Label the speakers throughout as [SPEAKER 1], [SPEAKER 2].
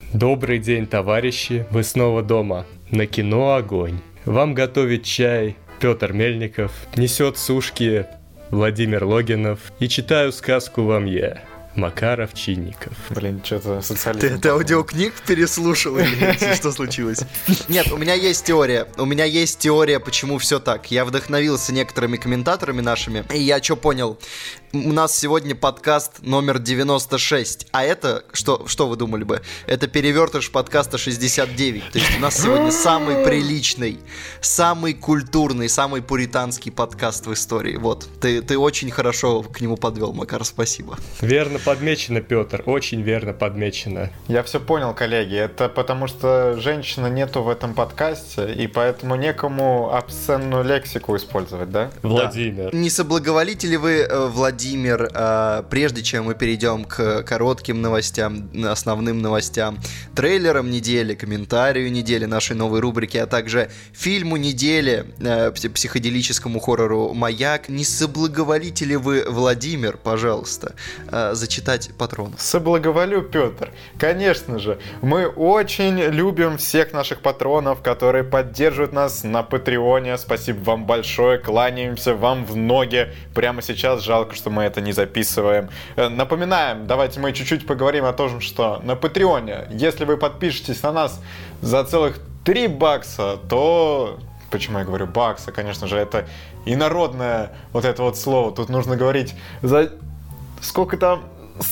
[SPEAKER 1] Добрый день, товарищи, вы снова дома. На кино огонь. Вам готовит чай Петр Мельников, несет сушки Владимир Логинов и читаю сказку вам я, Макар Овчинников.
[SPEAKER 2] Блин, что-то социализм.
[SPEAKER 3] Ты аудиокниг переслушал или что случилось? Нет, у меня есть теория, почему все так. Я вдохновился некоторыми комментаторами нашими, и я что понял? У нас сегодня подкаст номер 96, а это, что вы думали бы? Это перевертыш подкаста 69. То есть у нас сегодня самый приличный, самый культурный, самый пуританский подкаст в истории. Вот, ты очень хорошо к нему подвел, Макар, спасибо.
[SPEAKER 1] Верно подмечено, Петр, очень верно подмечено.
[SPEAKER 2] Я все понял, коллеги, это потому что женщины нету в этом подкасте, и поэтому некому обсценную лексику использовать, да?
[SPEAKER 1] Владимир.
[SPEAKER 3] Да. Не соблаговолите ли вы, Владимир, прежде чем мы перейдем к коротким новостям, основным новостям, трейлерам недели, комментарию недели, нашей новой рубрики, а также фильму недели, психоделическому хоррору «Маяк», не соблаговолите ли вы, Владимир, пожалуйста, зачитать патронов?
[SPEAKER 2] Соблаговолю, Петр. Конечно же, мы очень любим всех наших патронов, которые поддерживают нас на Патреоне. Спасибо вам большое, кланяемся вам в ноги. Прямо сейчас жалко, что мы это не записываем. Напоминаем, давайте мы чуть-чуть поговорим о том, что на Патреоне, если вы подпишетесь на нас за целых $3, то... Почему я говорю бакса? Конечно же, это инородное вот это вот слово. Тут нужно говорить за... Сколько там?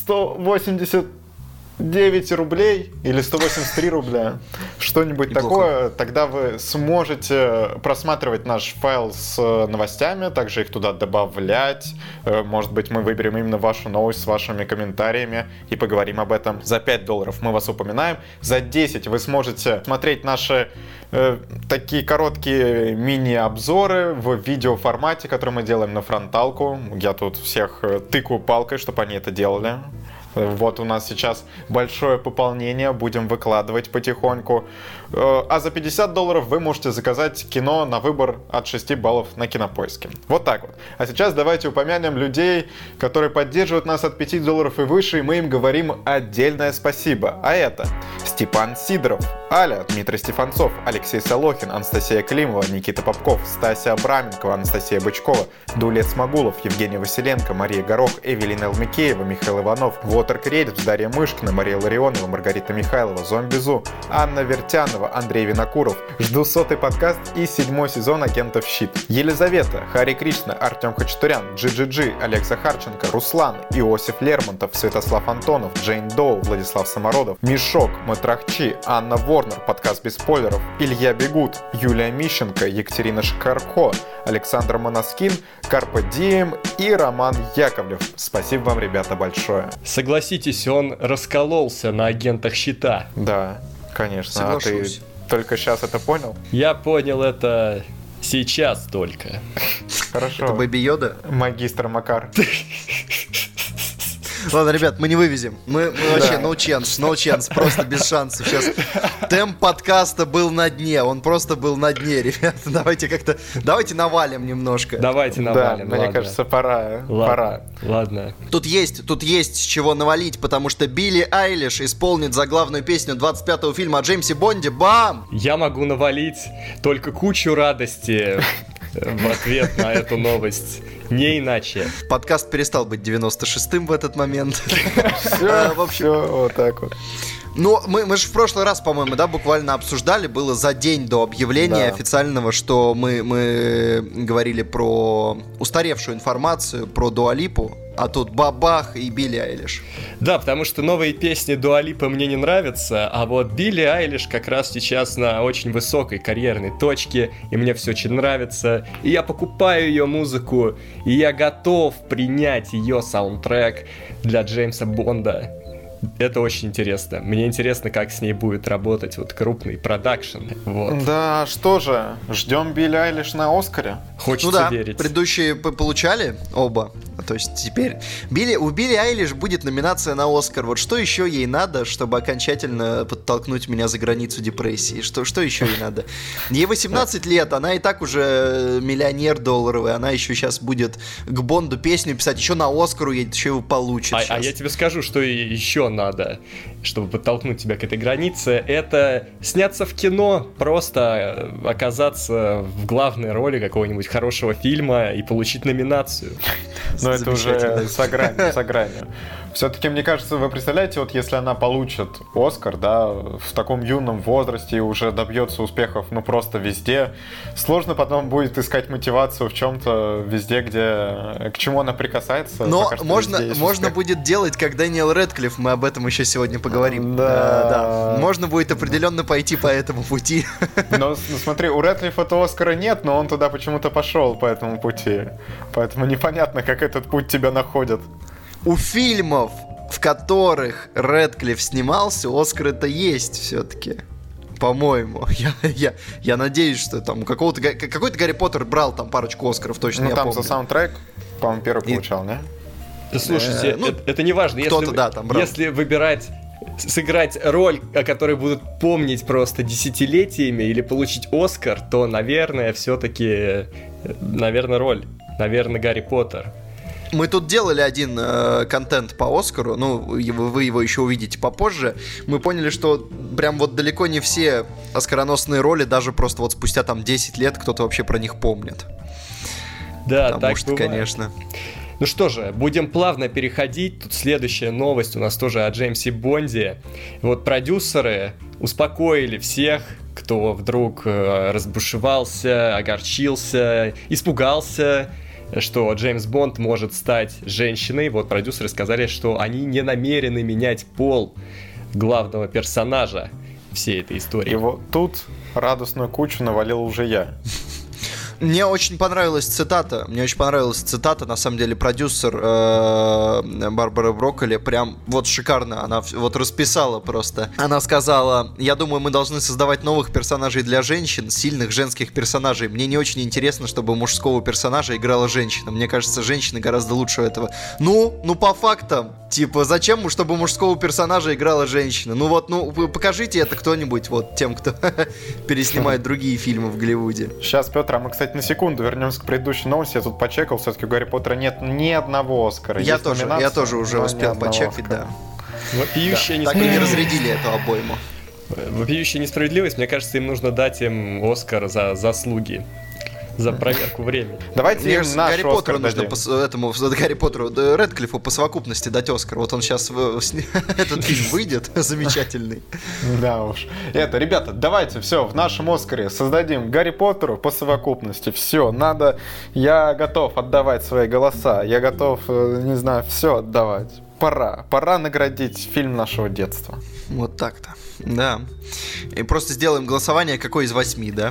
[SPEAKER 2] 189 рублей или 183 рубля, что-нибудь
[SPEAKER 3] неплохо.
[SPEAKER 2] Такое, тогда вы сможете просматривать наш файл с новостями, также их туда добавлять, может быть, мы выберем именно вашу новость с вашими комментариями и поговорим об этом. За $5 мы вас упоминаем, за 10 вы сможете смотреть наши такие короткие мини-обзоры в видеоформате, который мы делаем на фронталку. Я тут всех тыкаю палкой, чтобы они это делали. Вот у нас сейчас большое пополнение, будем выкладывать потихоньку. А за $50 вы можете заказать кино на выбор от 6 баллов на Кинопоиске. Вот так вот. А сейчас давайте упомянем людей, которые поддерживают нас от $5 и выше, и мы им говорим отдельное спасибо. А это Степан Сидоров, Аля, Дмитрий Стефанцов, Алексей Солохин, Анастасия Климова, Никита Попков, Стасия Абраменкова, Анастасия Бычкова, Дулет Смогулов, Евгений Василенко, Мария Горох, Эвелина Элмикеева, Михаил Иванов, Вотер Кредит, Дарья Мышкина, Мария Ларионова, Маргарита Михайлова, Зомбизу, Анна Вертянова, Андрей Винокуров. Жду 100-й подкаст и 7-й сезон «Агентов Щит». Елизавета, Хари Кришна, Артем Хачатурян, Джи, Олег Захарченко, Руслан, Иосиф Лермонтов, Святослав Антонов, Джейн Доу, Владислав Самородов, Мешок, Матрахчи, Анна Ворнер, подкаст без спойлеров, Илья Бегут, Юлия Мищенко, Екатерина Шкарко, Александр Моноскин, Карпа Дием и Роман Яковлев. Спасибо вам, ребята, большое.
[SPEAKER 1] Согласитесь, он раскололся на агентах щита.
[SPEAKER 2] Да, конечно.
[SPEAKER 3] Соглашусь.
[SPEAKER 2] А ты только сейчас это понял?
[SPEAKER 1] Я понял это сейчас только.
[SPEAKER 2] Хорошо.
[SPEAKER 3] Это Бэби Йода?
[SPEAKER 2] Магистр Макар.
[SPEAKER 3] Ладно, ребят, мы не вывезем. Мы вообще no chance, просто без шансов. Сейчас темп подкаста был на дне, он просто был на дне, ребята. Давайте навалим немножко.
[SPEAKER 1] Давайте навалим.
[SPEAKER 2] Да, мне кажется, пора.
[SPEAKER 1] Ладно.
[SPEAKER 3] Тут есть с чего навалить, потому что Билли Айлиш исполнит заглавную песню 25-го фильма о Джеймсе Бонде. Бам!
[SPEAKER 1] Я могу навалить только кучу радости в ответ на эту новость. Не иначе.
[SPEAKER 3] Подкаст перестал быть 96-м в этот момент.
[SPEAKER 2] Все, вот так вот.
[SPEAKER 3] Ну, мы же в прошлый раз, по-моему, да, буквально обсуждали, было за день до объявления официального, что мы говорили про устаревшую информацию, про Дуа Липу, а тут бабах и Билли Айлиш.
[SPEAKER 1] Да, потому что новые песни Дуа Липы мне не нравятся, а вот Билли Айлиш как раз сейчас на очень высокой карьерной точке, и мне все очень нравится, и я покупаю ее музыку, и я готов принять ее саундтрек для Джеймса Бонда. Это очень интересно. Мне интересно, как с ней будет работать вот крупный продакшн. Вот.
[SPEAKER 2] Да, что же, ждем Билли Айлиш на Оскаре?
[SPEAKER 1] Хочется верить.
[SPEAKER 3] Предыдущие получали оба. То есть теперь у Билли Айлиш будет номинация на Оскар. Вот что еще ей надо, чтобы окончательно подтолкнуть меня за границу депрессии? Что еще ей надо? Ей 18 лет, она и так уже миллионер долларовый. Она еще сейчас будет к Бонду песню писать, еще на Оскару едет, еще его получит.
[SPEAKER 1] А я тебе скажу, что еще еще надо, чтобы подтолкнуть тебя к этой границе, это сняться в кино, просто оказаться в главной роли какого-нибудь хорошего фильма и получить номинацию.
[SPEAKER 2] Но это уже за гранью. Все-таки, мне кажется, вы представляете, вот если она получит Оскар, да, в таком юном возрасте и уже добьется успехов, ну, просто везде, сложно потом будет искать мотивацию в чем-то везде, где, к чему она прикасается.
[SPEAKER 3] Но можно будет делать, как Дэниел Рэдклифф, мы об этом еще сегодня поговорим. Да. Можно будет определенно пойти по этому пути.
[SPEAKER 2] Но смотри, у Рэдклиффа-то Оскара нет, но он туда почему-то пошел по этому пути. Поэтому непонятно, как этот путь тебя находит.
[SPEAKER 3] У фильмов, в которых Рэдклифф снимался, Оскар-то есть все-таки. По-моему. Я надеюсь, что там какой-то Гарри Поттер брал там парочку Оскаров, точно,
[SPEAKER 2] ну,
[SPEAKER 3] я
[SPEAKER 2] там
[SPEAKER 3] помню.
[SPEAKER 2] за саундтрек, по-моему, первый получал, не?
[SPEAKER 1] Слушайте, это не важно. Если выбирать сыграть роль, о которой будут помнить просто десятилетиями, или получить Оскар, то, наверное, все-таки, роль. Наверное, Гарри Поттер.
[SPEAKER 3] Мы тут делали один контент по Оскару, ну, вы его еще увидите попозже. Мы поняли, что прям вот далеко не все оскароносные роли, даже просто вот спустя там 10 лет кто-то вообще про них помнит.
[SPEAKER 1] Да,
[SPEAKER 3] потому
[SPEAKER 1] так
[SPEAKER 3] что,
[SPEAKER 1] бывает.
[SPEAKER 3] Конечно.
[SPEAKER 1] Ну что же, будем плавно переходить. Тут следующая новость у нас тоже о Джеймсе Бонде. Вот продюсеры успокоили всех, кто вдруг разбушевался, огорчился, испугался, что Джеймс Бонд может стать женщиной. Вот продюсеры сказали, что они не намерены менять пол главного персонажа всей этой истории.
[SPEAKER 2] И вот тут радостную кучу навалил уже я.
[SPEAKER 3] Мне очень понравилась цитата. На самом деле, продюсер Барбара Брокколи прям вот шикарно. Она вот расписала просто. Она сказала: я думаю, мы должны создавать новых персонажей для женщин, сильных женских персонажей. Мне не очень интересно, чтобы мужского персонажа играла женщина. Мне кажется, женщины гораздо лучше этого. Ну по фактам. Типа, зачем, чтобы мужского персонажа играла женщина? Вы покажите это кто-нибудь, вот тем, кто переснимает другие фильмы в Голливуде.
[SPEAKER 2] Сейчас, Петр, а мы, кстати, на секунду вернемся к предыдущей новости. Я тут почекал, все-таки у Гарри Поттера нет ни одного Оскара.
[SPEAKER 3] Я тоже уже успел почекать, да.
[SPEAKER 1] Вопиющая
[SPEAKER 3] так и не разрядили эту обойму.
[SPEAKER 1] Вопиющая несправедливость. Мне кажется, им нужно дать им Оскар за заслуги. За проверку времени.
[SPEAKER 2] Давайте им наш
[SPEAKER 3] Гарри Поттеру
[SPEAKER 2] Оскар
[SPEAKER 3] нужно Гарри Поттеру, Рэдклиффу по совокупности дать Оскар. Вот он сейчас этот фильм выйдет замечательный.
[SPEAKER 2] Да уж. Ребята, давайте все в нашем Оскаре создадим Гарри Поттеру по совокупности. Все, надо. Я готов отдавать свои голоса. Я готов, не знаю, все отдавать. Пора наградить фильм нашего детства.
[SPEAKER 3] Вот так-то. Да. И просто сделаем голосование, какой из 8, да?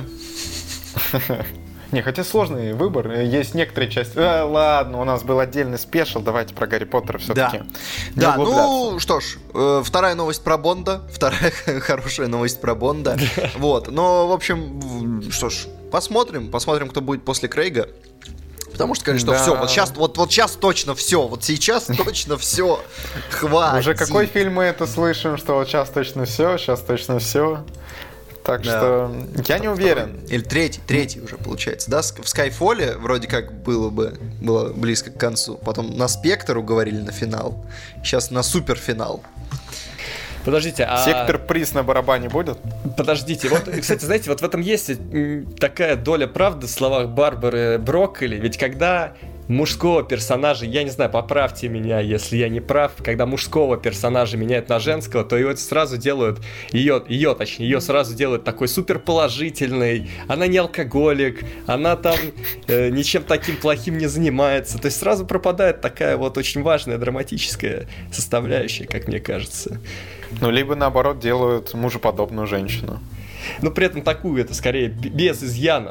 [SPEAKER 2] Не, хотя сложный выбор. Есть некоторые части... ладно, у нас был отдельный спешл. Давайте про Гарри Поттера все-таки.
[SPEAKER 3] Да, ну что ж, вторая новость про Бонда. Вторая хорошая новость про Бонда. Вот, но, в общем, что ж, посмотрим, кто будет после Крейга. Потому что, конечно, все, вот сейчас точно все. Вот сейчас точно все. Хватит.
[SPEAKER 2] Уже какой фильм мы это слышим, что вот сейчас точно все. Так что я не уверен.
[SPEAKER 3] Или третий уже получается, да? В Скайфоле вроде как было близко к концу. Потом на Спектр уговорили на финал. Сейчас на суперфинал.
[SPEAKER 1] Подождите,
[SPEAKER 2] Сектор-приз на барабане будет?
[SPEAKER 1] Подождите, вот, кстати, знаете, вот в этом есть такая доля правды в словах Барбары Брокколи. Ведь когда мужского персонажа, я не знаю, поправьте меня, если я не прав, когда мужского персонажа меняют на женского, то ее сразу делают, ее сразу делают такой суперположительной, она не алкоголик, она там ничем таким плохим не занимается, то есть сразу пропадает такая вот очень важная драматическая составляющая, как мне кажется.
[SPEAKER 2] Ну, либо наоборот делают мужеподобную женщину.
[SPEAKER 1] Но при этом такую, это скорее без изъянов,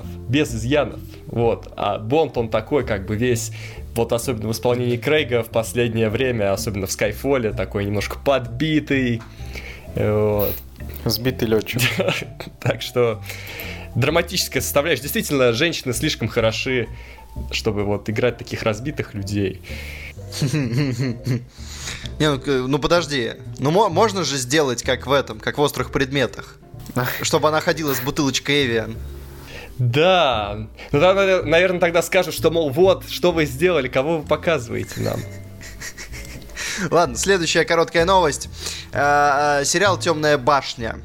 [SPEAKER 1] вот, а Бонд, он такой, как бы весь, вот особенно в исполнении Крейга в последнее время, особенно в Скайфоле, такой немножко подбитый, вот.
[SPEAKER 2] Сбитый летчик.
[SPEAKER 1] Так что драматическая составляющая, действительно, женщины слишком хороши, чтобы вот играть таких разбитых людей.
[SPEAKER 3] Ну подожди, можно же сделать как в «Острых предметах», чтобы она ходила с бутылочкой Эвиан.
[SPEAKER 1] Да, ну наверное тогда скажут, что, мол, вот, что вы сделали, кого вы показываете нам.
[SPEAKER 3] Ладно, следующая короткая новость. Сериал «Темная башня»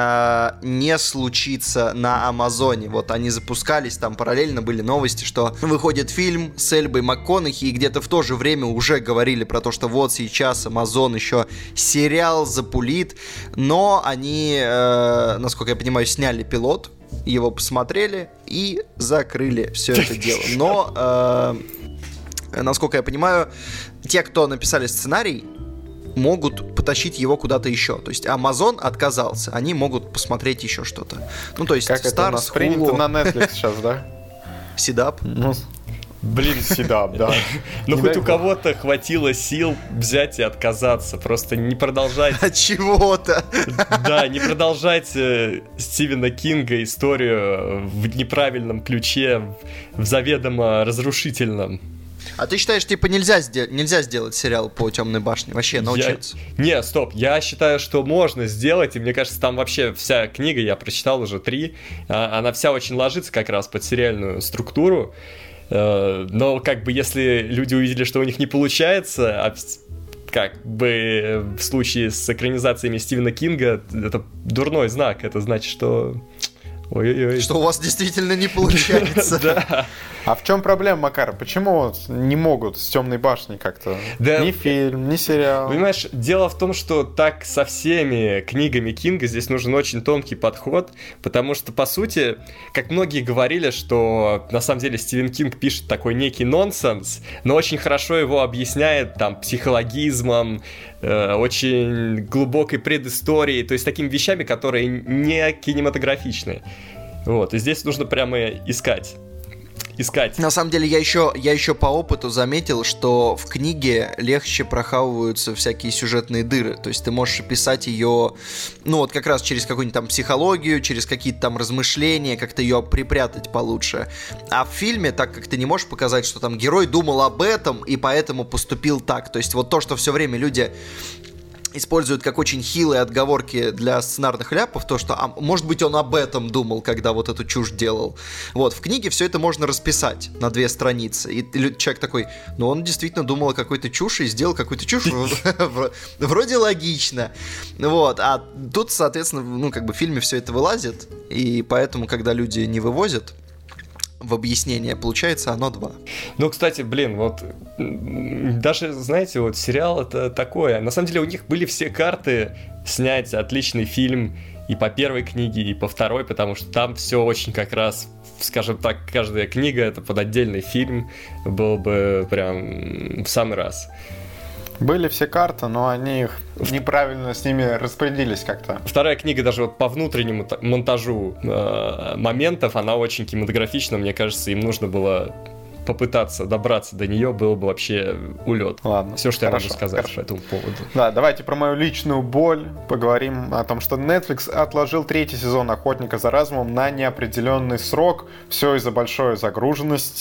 [SPEAKER 3] не случится на Амазоне. Вот они запускались, там параллельно были новости, что выходит фильм с Эльбой МакКонахи, и где-то в то же время уже говорили про то, что вот сейчас Амазон еще сериал запулит, но они, насколько я понимаю, сняли пилот, его посмотрели и закрыли все это дело. Но, насколько я понимаю, те, кто написали сценарий, могут потащить его куда-то еще. То есть Amazon отказался, они могут посмотреть еще что-то. Ну, то есть
[SPEAKER 2] как
[SPEAKER 3] Stars,
[SPEAKER 2] это у нас принято на Netflix сейчас, да?
[SPEAKER 3] Седап.
[SPEAKER 2] Ну, блин, седап, да.
[SPEAKER 1] Ну, хоть у кого-то хватило сил взять и отказаться. Просто не продолжать...
[SPEAKER 3] От чего-то.
[SPEAKER 1] Да, не продолжайте Стивена Кинга историю в неправильном ключе, в заведомо разрушительном.
[SPEAKER 3] А ты считаешь, типа, нельзя сделать сериал по «Темной башне»? Вообще научиться?
[SPEAKER 1] Не, стоп, я считаю, что можно сделать, и мне кажется, там вообще вся книга, я прочитал уже 3, она вся очень ложится как раз под сериальную структуру, но как бы если люди увидели, что у них не получается, как бы в случае с экранизациями Стивена Кинга, это дурной знак, это значит, что... Ой-ой-ой.
[SPEAKER 3] Что у вас действительно не получается.
[SPEAKER 1] Да.
[SPEAKER 2] А в чем проблема, Макар? Почему не могут с «Темной башней» как-то?
[SPEAKER 1] Да.
[SPEAKER 2] Ни фильм, ни сериал.
[SPEAKER 1] Понимаешь, дело в том, что так со всеми книгами Кинга здесь нужен очень тонкий подход, потому что, по сути, как многие говорили, что на самом деле Стивен Кинг пишет такой некий нонсенс, но очень хорошо его объясняет там психологизмом, очень глубокой предысторией, то есть такими вещами, которые не кинематографичны. Вот, и здесь нужно прямо искать.
[SPEAKER 3] На самом деле, я еще по опыту заметил, что в книге легче прохавываются всякие сюжетные дыры. То есть ты можешь описать ее, ну вот как раз через какую-нибудь там психологию, через какие-то там размышления, как-то ее припрятать получше. А в фильме, так как ты не можешь показать, что там герой думал об этом и поэтому поступил так. То есть вот то, что все время люди используют как очень хилые отговорки для сценарных ляпов, то, что, может быть, он об этом думал, когда вот эту чушь делал. Вот, в книге все это можно расписать на 2 страницы. И человек такой, ну, он действительно думал о какой-то чуши и сделал какую-то чушь, вроде логично. Вот, а тут, соответственно, ну, как бы в фильме все это вылазит, и поэтому, когда люди не вывозят в объяснение, получается оно 2.
[SPEAKER 1] Ну, кстати, блин, вот даже, знаете, вот сериал это такое. На самом деле у них были все карты снять отличный фильм и по первой книге, и по второй, потому что там все очень как раз, скажем так, каждая книга это под отдельный фильм, был бы прям в самый раз.
[SPEAKER 2] Были все карты, но они их неправильно с ними распорядились как-то.
[SPEAKER 1] Вторая книга даже вот по внутреннему монтажу моментов, она очень кинематографична, мне кажется, им нужно было попытаться добраться до нее, было бы вообще улет.
[SPEAKER 2] Ладно.
[SPEAKER 1] Все, что я могу сказать по этому поводу.
[SPEAKER 2] Да, давайте про мою личную боль поговорим о том, что Netflix отложил 3-й сезон «Охотника за разумом» на неопределенный срок. Все из-за большой загруженности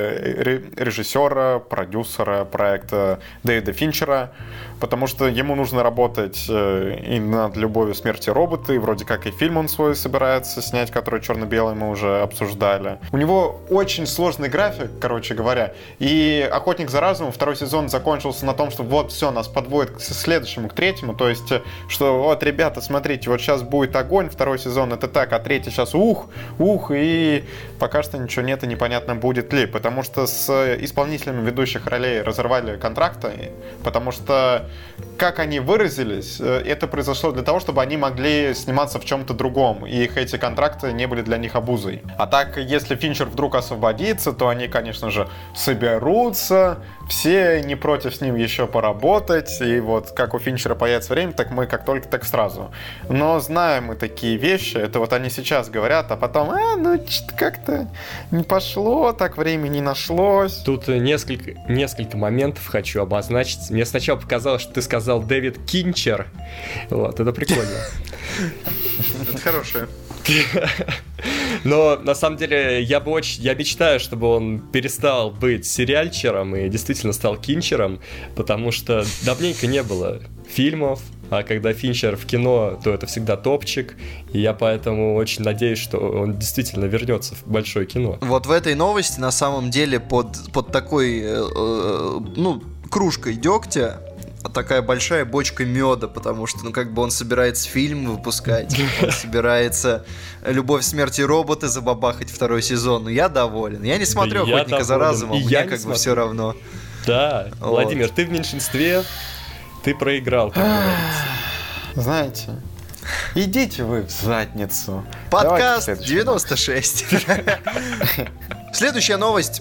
[SPEAKER 2] режиссера, продюсера проекта Дэвида Финчера, потому что ему нужно работать и над «Любовью, смерти робота», и вроде как и фильм он свой собирается снять, который черно-белый мы уже обсуждали. У него очень сложный график, короче говоря. И «Охотник за разумом» 2-й сезон закончился на том, что вот все, нас подводит к следующему, к 3-му. То есть, что вот, ребята, смотрите, вот сейчас будет огонь, 2-й сезон это так, а 3-й сейчас ух, и пока что ничего нет и непонятно будет ли. Потому что с исполнителями ведущих ролей разорвали контракты, потому что, как они выразились, это произошло для того, чтобы они могли сниматься в чем-то другом, и их эти контракты не были для них обузой. А так, если Финчер вдруг освободится, то они, конечно же, соберутся, все не против с ним еще поработать, и вот как у Финчера появится время, так мы как только, так сразу. Но знаем мы такие вещи, это вот они сейчас говорят, а потом, ну что-то как-то не пошло, так времени не нашлось.
[SPEAKER 1] Тут несколько моментов хочу обозначить. Мне сначала показалось, что ты сказал Дэвид Кинчер. Вот, это прикольно.
[SPEAKER 3] Это хорошее.
[SPEAKER 1] Но на самом деле я мечтаю, чтобы он перестал быть сериальчером и действительно стал кинчером, потому что давненько не было фильмов, а когда Финчер в кино, то это всегда топчик, и я поэтому очень надеюсь, что он действительно вернется в большое кино.
[SPEAKER 3] Вот в этой новости на самом деле под такой, кружкой дегтя такая большая бочка меда, потому что, ну, как бы он собирается фильм выпускать, он собирается «Любовь, смерть и роботы» забабахать 2 сезон. Ну, я доволен. Я не смотрю «Охотника за разумом», мне как бы все равно.
[SPEAKER 1] Да, вот. Владимир, ты в меньшинстве, ты проиграл, как говорится.
[SPEAKER 2] Знаете, идите вы в задницу.
[SPEAKER 3] Подкаст 96. Следующая новость.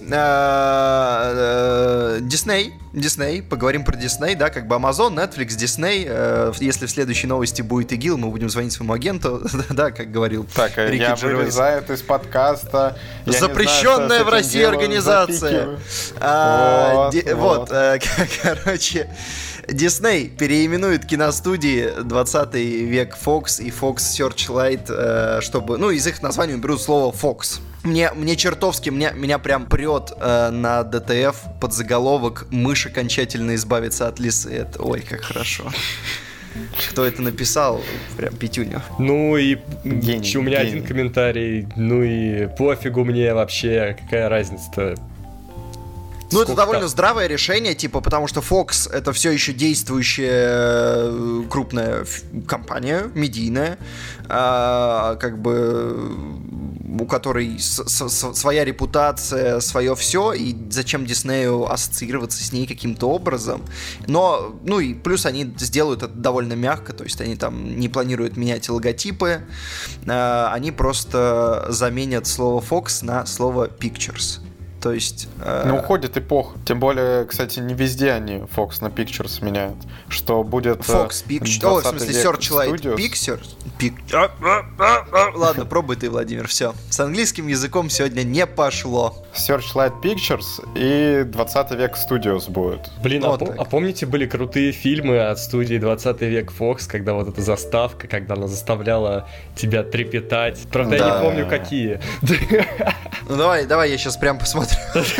[SPEAKER 3] Дисней. Поговорим про Дисней, да, как бы Amazon, Netflix, Дисней. Если в следующей новости будет ИГИЛ, мы будем звонить своему агенту, да, как говорил
[SPEAKER 2] Рики Джервейс. Я вырезаю это из подкаста.
[SPEAKER 3] Запрещенная в России организация. Вот, короче... Дисней переименует киностудии 20 век Fox и Fox Searchlight, чтобы, ну, из их названий уберут слово Fox. Мне чертовски, меня прям прет на ДТФ под заголовок «Мышь окончательно избавится от лисы». Это, ой, как хорошо. Кто это написал? Прям пятюня.
[SPEAKER 1] Ну и гений, у меня один комментарий. Ну и пофигу мне вообще, какая разница-то.
[SPEAKER 3] Ну, это довольно здравое решение, типа, потому что Fox — это все еще действующая крупная компания, медийная, как бы у которой своя репутация, свое все, и зачем Диснею ассоциироваться с ней каким-то образом. Но, ну и плюс они сделают это довольно мягко, то есть они там не планируют менять логотипы, они просто заменят слово Fox на слово Pictures. То есть...
[SPEAKER 2] Ну, уходит эпоха. Тем более, кстати, не везде они Fox на Pictures меняют. Что будет...
[SPEAKER 3] Fox Pictures... О, в смысле, Searchlight Pictures... Ладно, пробуй ты, Владимир, все. С английским языком сегодня не пошло.
[SPEAKER 2] Searchlight Pictures и 20 век Studios будет.
[SPEAKER 1] Блин, а помните, были крутые фильмы от студии 20 век Fox, когда вот эта заставка, когда она заставляла тебя трепетать. Правда, я не помню, какие.
[SPEAKER 3] Ну, давай, я сейчас прям посмотрю.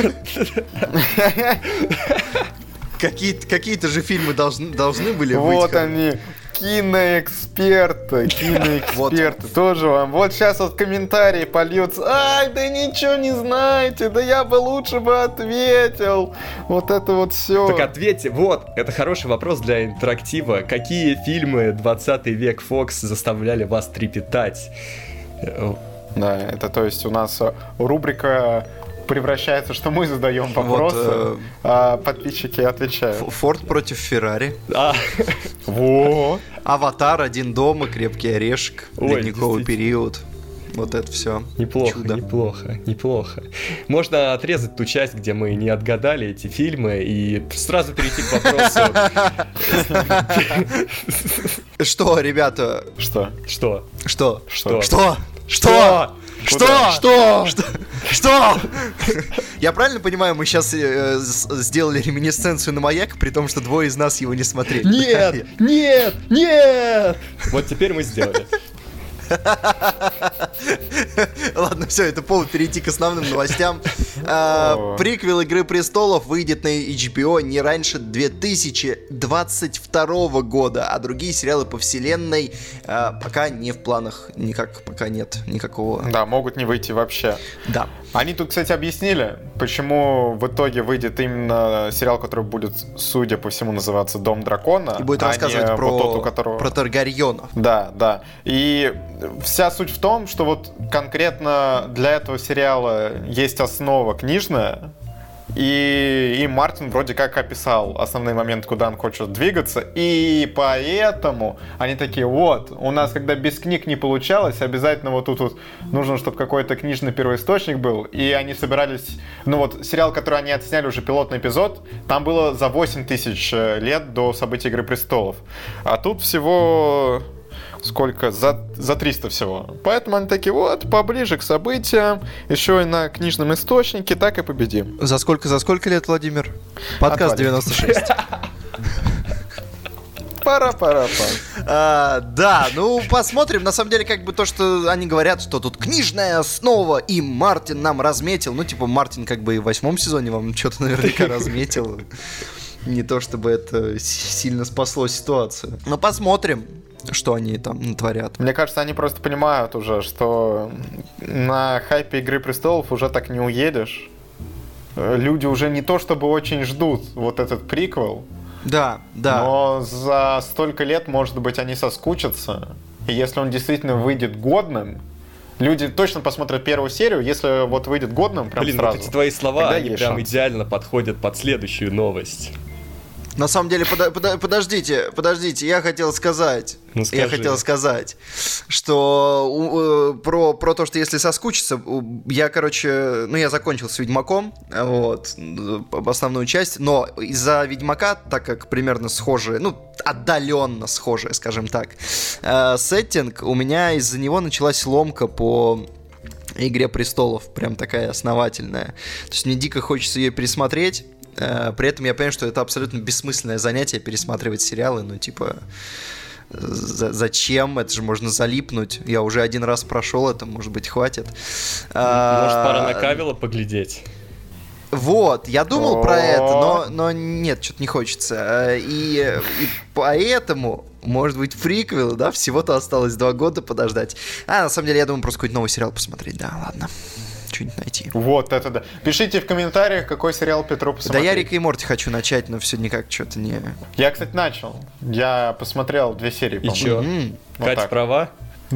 [SPEAKER 3] Какие-то же фильмы должны были быть.
[SPEAKER 2] Вот они, киноэксперты, тоже вам. Вот сейчас вот комментарии польются. Ай, да ничего не знаете, да я бы лучше бы ответил. Вот это вот все.
[SPEAKER 1] Так ответьте, вот, это хороший вопрос для интерактива. Какие фильмы 20 век Fox заставляли вас трепетать?
[SPEAKER 2] Да, это то есть у нас рубрика превращается, что мы задаем вопросы, а подписчики отвечают.
[SPEAKER 3] Форд против Феррари.
[SPEAKER 2] Вот.
[SPEAKER 3] Аватар, Один дома, Крепкий орешек, Ледниковый период. Вот это все.
[SPEAKER 1] Неплохо. Можно отрезать ту часть, где мы не отгадали эти фильмы, и сразу перейти к вопросу.
[SPEAKER 3] Что, ребята?
[SPEAKER 2] Что?
[SPEAKER 3] Я правильно понимаю, мы сейчас сделали реминисценцию на Маяк, при том, что двое из нас его не смотрели?
[SPEAKER 1] Нет! Вот теперь мы сделали.
[SPEAKER 3] Ладно, все, это повод перейти к основным новостям. Приквел «Игры престолов» выйдет на HBO не раньше 2022 года, а другие сериалы по вселенной пока не в планах, пока нет никакого.
[SPEAKER 2] Да, могут не выйти вообще.
[SPEAKER 3] Да.
[SPEAKER 2] Они тут, кстати, объяснили, почему в итоге выйдет именно сериал, который будет, судя по всему, называться «Дом дракона».
[SPEAKER 3] И будет рассказывать про Таргарьонов.
[SPEAKER 2] Да. И вся суть в том, что вот конкретно для этого сериала есть основа книжная, и Мартин вроде как описал основные моменты, куда он хочет двигаться, и поэтому они такие, вот, у нас когда без книг не получалось, обязательно вот тут вот нужно, чтобы какой-то книжный первоисточник был, и они собирались, ну вот, сериал, который они отсняли, уже пилотный эпизод, там было за 8000 лет до событий «Игры престолов», а тут всего... Сколько? За 300 всего. Поэтому они такие, вот, поближе к событиям, еще и на книжном источнике, так и победим.
[SPEAKER 3] За сколько лет, Владимир? Подкаст 96.
[SPEAKER 2] Пора.
[SPEAKER 3] Да, ну посмотрим. На самом деле, как бы то, что они говорят, что тут книжная основа, и Мартин нам разметил. Ну, типа, Мартин как бы и в 8 сезоне вам что-то наверняка разметил. Не то, чтобы это сильно спасло ситуацию. Но посмотрим, что они там натворят.
[SPEAKER 2] Мне кажется, они просто понимают уже, что на хайпе «Игры престолов» уже так не уедешь. Люди уже не то чтобы очень ждут вот этот приквел.
[SPEAKER 3] Да, да.
[SPEAKER 2] Но за столько лет, может быть, они соскучатся. И если он действительно выйдет годным, люди точно посмотрят первую серию, если вот выйдет годным, прям
[SPEAKER 1] Блин,
[SPEAKER 2] сразу.
[SPEAKER 1] вот эти твои слова, они
[SPEAKER 2] есть
[SPEAKER 1] прям
[SPEAKER 2] шанс.
[SPEAKER 1] идеально подходят под следующую новость.
[SPEAKER 3] На самом деле, подождите, я хотел сказать,
[SPEAKER 1] Ну, скажи.
[SPEAKER 3] что про то, что если соскучиться, я, я закончил с Ведьмаком, вот, основную часть, но из-за Ведьмака, так как примерно схожие, отдаленно схожие, скажем так, сеттинг, у меня из-за него началась ломка по Игре престолов, прям такая основательная. То есть мне дико хочется ее пересмотреть. При этом я понимаю, что это абсолютно бессмысленное занятие пересматривать сериалы, зачем? Это же можно залипнуть. Я уже один раз прошел это, может быть, хватит.
[SPEAKER 1] Может, пора на Кавилла поглядеть?
[SPEAKER 3] Вот, я думал про это, но нет, что-то не хочется. И поэтому, может быть, приквел, да, всего-то осталось 2 года подождать. На самом деле, я думаю, просто какой-то новый сериал посмотреть, да, ладно. Что-нибудь найти.
[SPEAKER 2] Вот это да. Пишите в комментариях, какой сериал Петру посмотреть.
[SPEAKER 3] Да я Рика и Морти хочу начать, но все никак что-то не...
[SPEAKER 2] Я, кстати, начал. Я посмотрел 2 серии,
[SPEAKER 1] И
[SPEAKER 2] по-моему.
[SPEAKER 1] чё?
[SPEAKER 2] Вот
[SPEAKER 1] Катя
[SPEAKER 2] так.
[SPEAKER 1] права?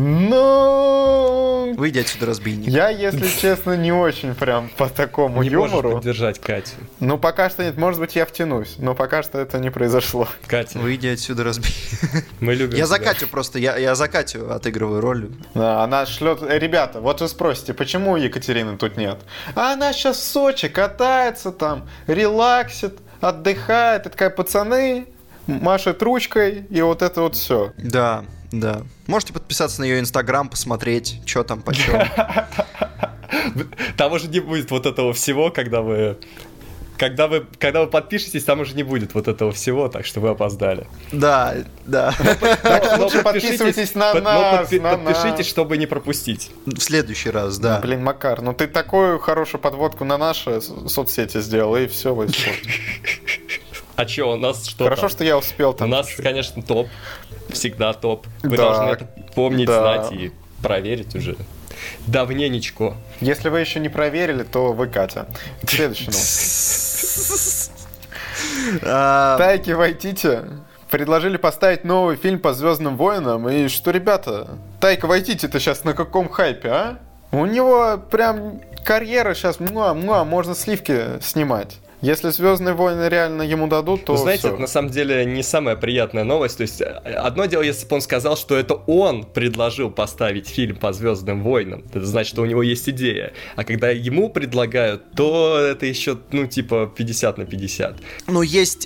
[SPEAKER 2] Ну...
[SPEAKER 3] Выйди отсюда, разбийник.
[SPEAKER 2] Я, если честно, не очень прям по такому
[SPEAKER 1] Не можешь
[SPEAKER 2] юмору.
[SPEAKER 1] поддержать Катю.
[SPEAKER 2] Ну, пока что нет. Может быть, я втянусь. Но пока что это не произошло.
[SPEAKER 1] Катя,
[SPEAKER 3] Выйди отсюда, разбийник.
[SPEAKER 1] мы любим
[SPEAKER 3] Я за
[SPEAKER 1] тебя.
[SPEAKER 3] Катю просто, я за Катю отыгрываю роль.
[SPEAKER 2] Да, она шлет... Ребята, вот вы спросите, почему Екатерины тут нет? А она сейчас в Сочи катается там, релаксит, отдыхает. И такая, пацаны, машет ручкой, и вот это вот все.
[SPEAKER 3] Да. Можете подписаться на ее инстаграм, посмотреть, что там, почем.
[SPEAKER 1] Там уже не будет вот этого всего, когда вы подпишетесь, там уже не будет вот этого всего, так что вы опоздали.
[SPEAKER 3] Да.
[SPEAKER 2] Так что лучше подписывайтесь на нас.
[SPEAKER 1] Подпишитесь, чтобы не пропустить.
[SPEAKER 3] В следующий раз, да.
[SPEAKER 2] Блин, Макар, ну ты такую хорошую подводку на наши соцсети сделал, и все вы испортили.
[SPEAKER 1] А чё, у нас что
[SPEAKER 2] Хорошо,
[SPEAKER 1] там?
[SPEAKER 2] что я успел
[SPEAKER 1] У
[SPEAKER 2] там.
[SPEAKER 1] нас, конечно, топ. Всегда топ. Вы
[SPEAKER 2] Да.
[SPEAKER 1] должны это помнить,
[SPEAKER 2] Да.
[SPEAKER 1] знать и проверить уже. Давненечко.
[SPEAKER 2] Если вы еще не проверили, то вы Катя. Следующий новость. Тайки Вайтити предложили поставить новый фильм по Звездным войнам. И что, ребята, Тайка Вайтити-то сейчас на каком хайпе, а? У него прям карьера сейчас, можно сливки снимать. Если Звездные войны реально ему дадут, то
[SPEAKER 1] Знаете,
[SPEAKER 2] всё.
[SPEAKER 1] это на самом деле не самая приятная новость. То есть, одно дело, если бы он сказал, что это он предложил поставить фильм по Звездным войнам. Это значит, что у него есть идея. А когда ему предлагают, то это еще, 50 на 50.
[SPEAKER 3] Ну, есть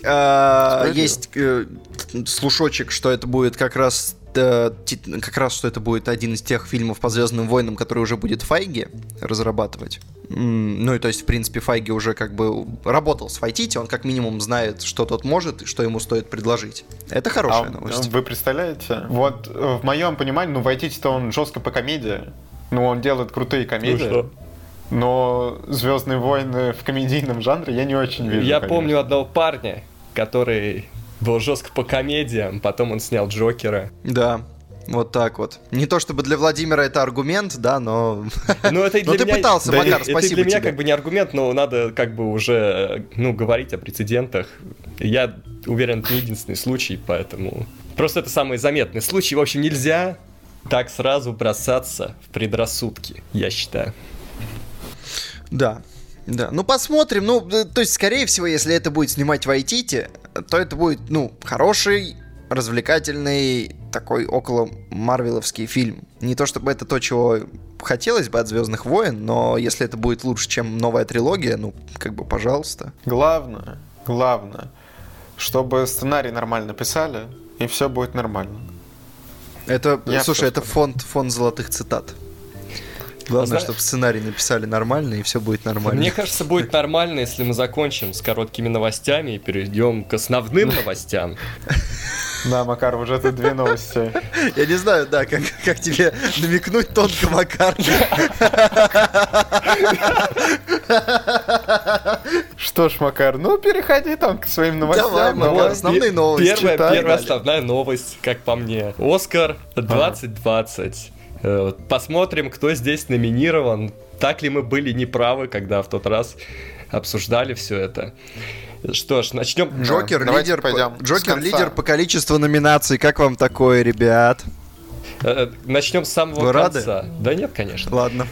[SPEAKER 3] слушочек, что это будет как раз что это будет один из тех фильмов по Звездным войнам, который уже будет Файги разрабатывать. Ну и то есть, в принципе, Файги уже как бы работал с Вайтити, он как минимум знает, что тот может и что ему стоит предложить. Это хорошая новость.
[SPEAKER 2] Вы представляете? Вот в моем понимании, Вайтити-то он жестко по комедии. Он делает крутые комедии.
[SPEAKER 1] Ну что?
[SPEAKER 2] Но Звездные войны в комедийном жанре я не очень вижу.
[SPEAKER 1] Я
[SPEAKER 2] конечно.
[SPEAKER 1] помню одного парня, который был жестко по комедиям, потом он снял Джокера.
[SPEAKER 3] Да. Вот так вот. Не то чтобы для Владимира это аргумент, да, но...
[SPEAKER 1] Ну, это и для
[SPEAKER 3] Но ты
[SPEAKER 1] меня...
[SPEAKER 3] пытался, Макар,
[SPEAKER 1] это
[SPEAKER 3] спасибо
[SPEAKER 1] для меня
[SPEAKER 3] тебе.
[SPEAKER 1] как бы не аргумент, но надо как бы уже, говорить о прецедентах. Я уверен, это не единственный случай, поэтому... Просто это самый заметный случай. В общем, нельзя так сразу бросаться в предрассудки, я считаю.
[SPEAKER 3] Да. Ну посмотрим. То есть, скорее всего, если это будет снимать Вайтити, то это будет, хороший, развлекательный, такой около марвеловский фильм. Не то чтобы это то, чего хотелось бы от «Звездных войн», но если это будет лучше, чем новая трилогия, пожалуйста.
[SPEAKER 2] Главное, чтобы сценарий нормально писали, и все будет нормально.
[SPEAKER 3] Слушай, это фонд золотых цитат. Главное, чтобы сценарий написали нормально, и все будет нормально.
[SPEAKER 1] Мне кажется, будет нормально, если мы закончим с короткими новостями и перейдем к основным новостям.
[SPEAKER 2] Да, Макар, уже тут 2 новости.
[SPEAKER 3] Я не знаю, да, как тебе намекнуть тонко, Макар.
[SPEAKER 2] Что ж, Макар, переходи там к своим новостям.
[SPEAKER 3] Давай, основные новости.
[SPEAKER 1] Первая основная новость, как по мне. Оскар 2020. Посмотрим, кто здесь номинирован. Так ли мы были неправы, когда в тот раз обсуждали все это. Что ж, начнем.
[SPEAKER 3] Джокер,
[SPEAKER 2] давайте
[SPEAKER 3] лидер,
[SPEAKER 2] пойдем с
[SPEAKER 3] Джокер
[SPEAKER 2] конца.
[SPEAKER 3] лидер по количеству номинаций. Как вам такое, ребят?
[SPEAKER 1] Начнем с самого
[SPEAKER 3] Вы
[SPEAKER 1] конца.
[SPEAKER 3] рады?
[SPEAKER 1] Да нет, конечно.
[SPEAKER 3] Ладно.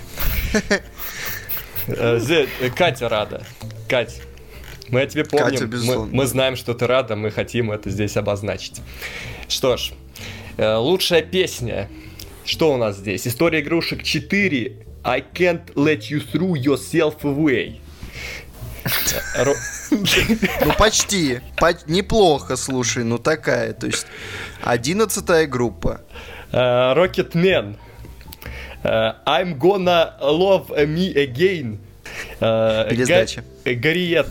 [SPEAKER 1] Катя рада. Кать, мы о тебе
[SPEAKER 3] Катя,
[SPEAKER 1] помним.
[SPEAKER 3] безусловно.
[SPEAKER 1] Мы знаем, что ты рада, мы хотим это здесь обозначить. Что ж, лучшая песня. Что у нас здесь? История игрушек 4. I can't let you through yourself away.
[SPEAKER 3] Ну, почти. Неплохо, слушай, ну такая. То есть, 11-я группа.
[SPEAKER 1] Rocketman. I'm gonna love me again.
[SPEAKER 3] Пересдача.
[SPEAKER 1] Гориет.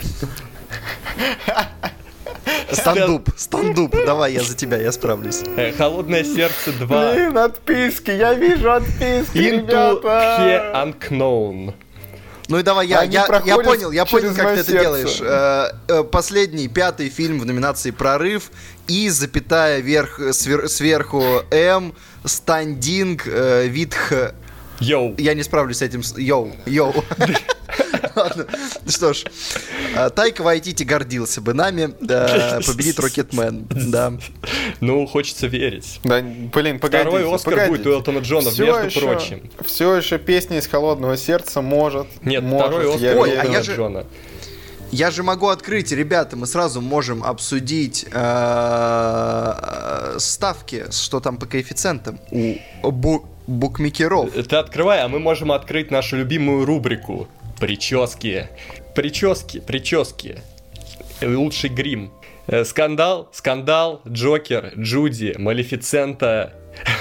[SPEAKER 3] Стандуп. Давай, я за тебя, я справлюсь.
[SPEAKER 1] Холодное сердце 2.
[SPEAKER 2] Блин, отписки, я вижу отписки,
[SPEAKER 1] Into
[SPEAKER 2] ребята.
[SPEAKER 1] the unknown.
[SPEAKER 3] Ну и давай,
[SPEAKER 2] Они
[SPEAKER 3] я
[SPEAKER 2] проходят
[SPEAKER 3] понял, как
[SPEAKER 2] через
[SPEAKER 3] ты
[SPEAKER 2] мое
[SPEAKER 3] это делаешь. Последний, 5-й фильм в номинации «Прорыв» и запятая сверху М, стандинг, витх.
[SPEAKER 1] Йоу.
[SPEAKER 3] Я не справлюсь с этим. Йоу. Ладно. Что ж, Тайка Вайтити гордился бы нами, победит Рокетмен, да.
[SPEAKER 1] Ну, хочется верить.
[SPEAKER 2] Да, блин, погодите.
[SPEAKER 1] Второй Оскар будет у Элтона Джона, между прочим.
[SPEAKER 2] Все еще песня из «Холодного сердца» может.
[SPEAKER 1] Нет,
[SPEAKER 2] может,
[SPEAKER 1] второй Оскар
[SPEAKER 2] я
[SPEAKER 3] Ой,
[SPEAKER 1] у
[SPEAKER 3] а
[SPEAKER 2] верю.
[SPEAKER 3] я же-
[SPEAKER 1] Джона.
[SPEAKER 3] Я же могу открыть, ребята, мы сразу можем обсудить ставки, что там по коэффициентам у букмекеров.
[SPEAKER 1] Ты открывай, а мы можем открыть нашу любимую рубрику. Прически. Лучший грим. Скандал, Джокер, Джуди, Малефисента.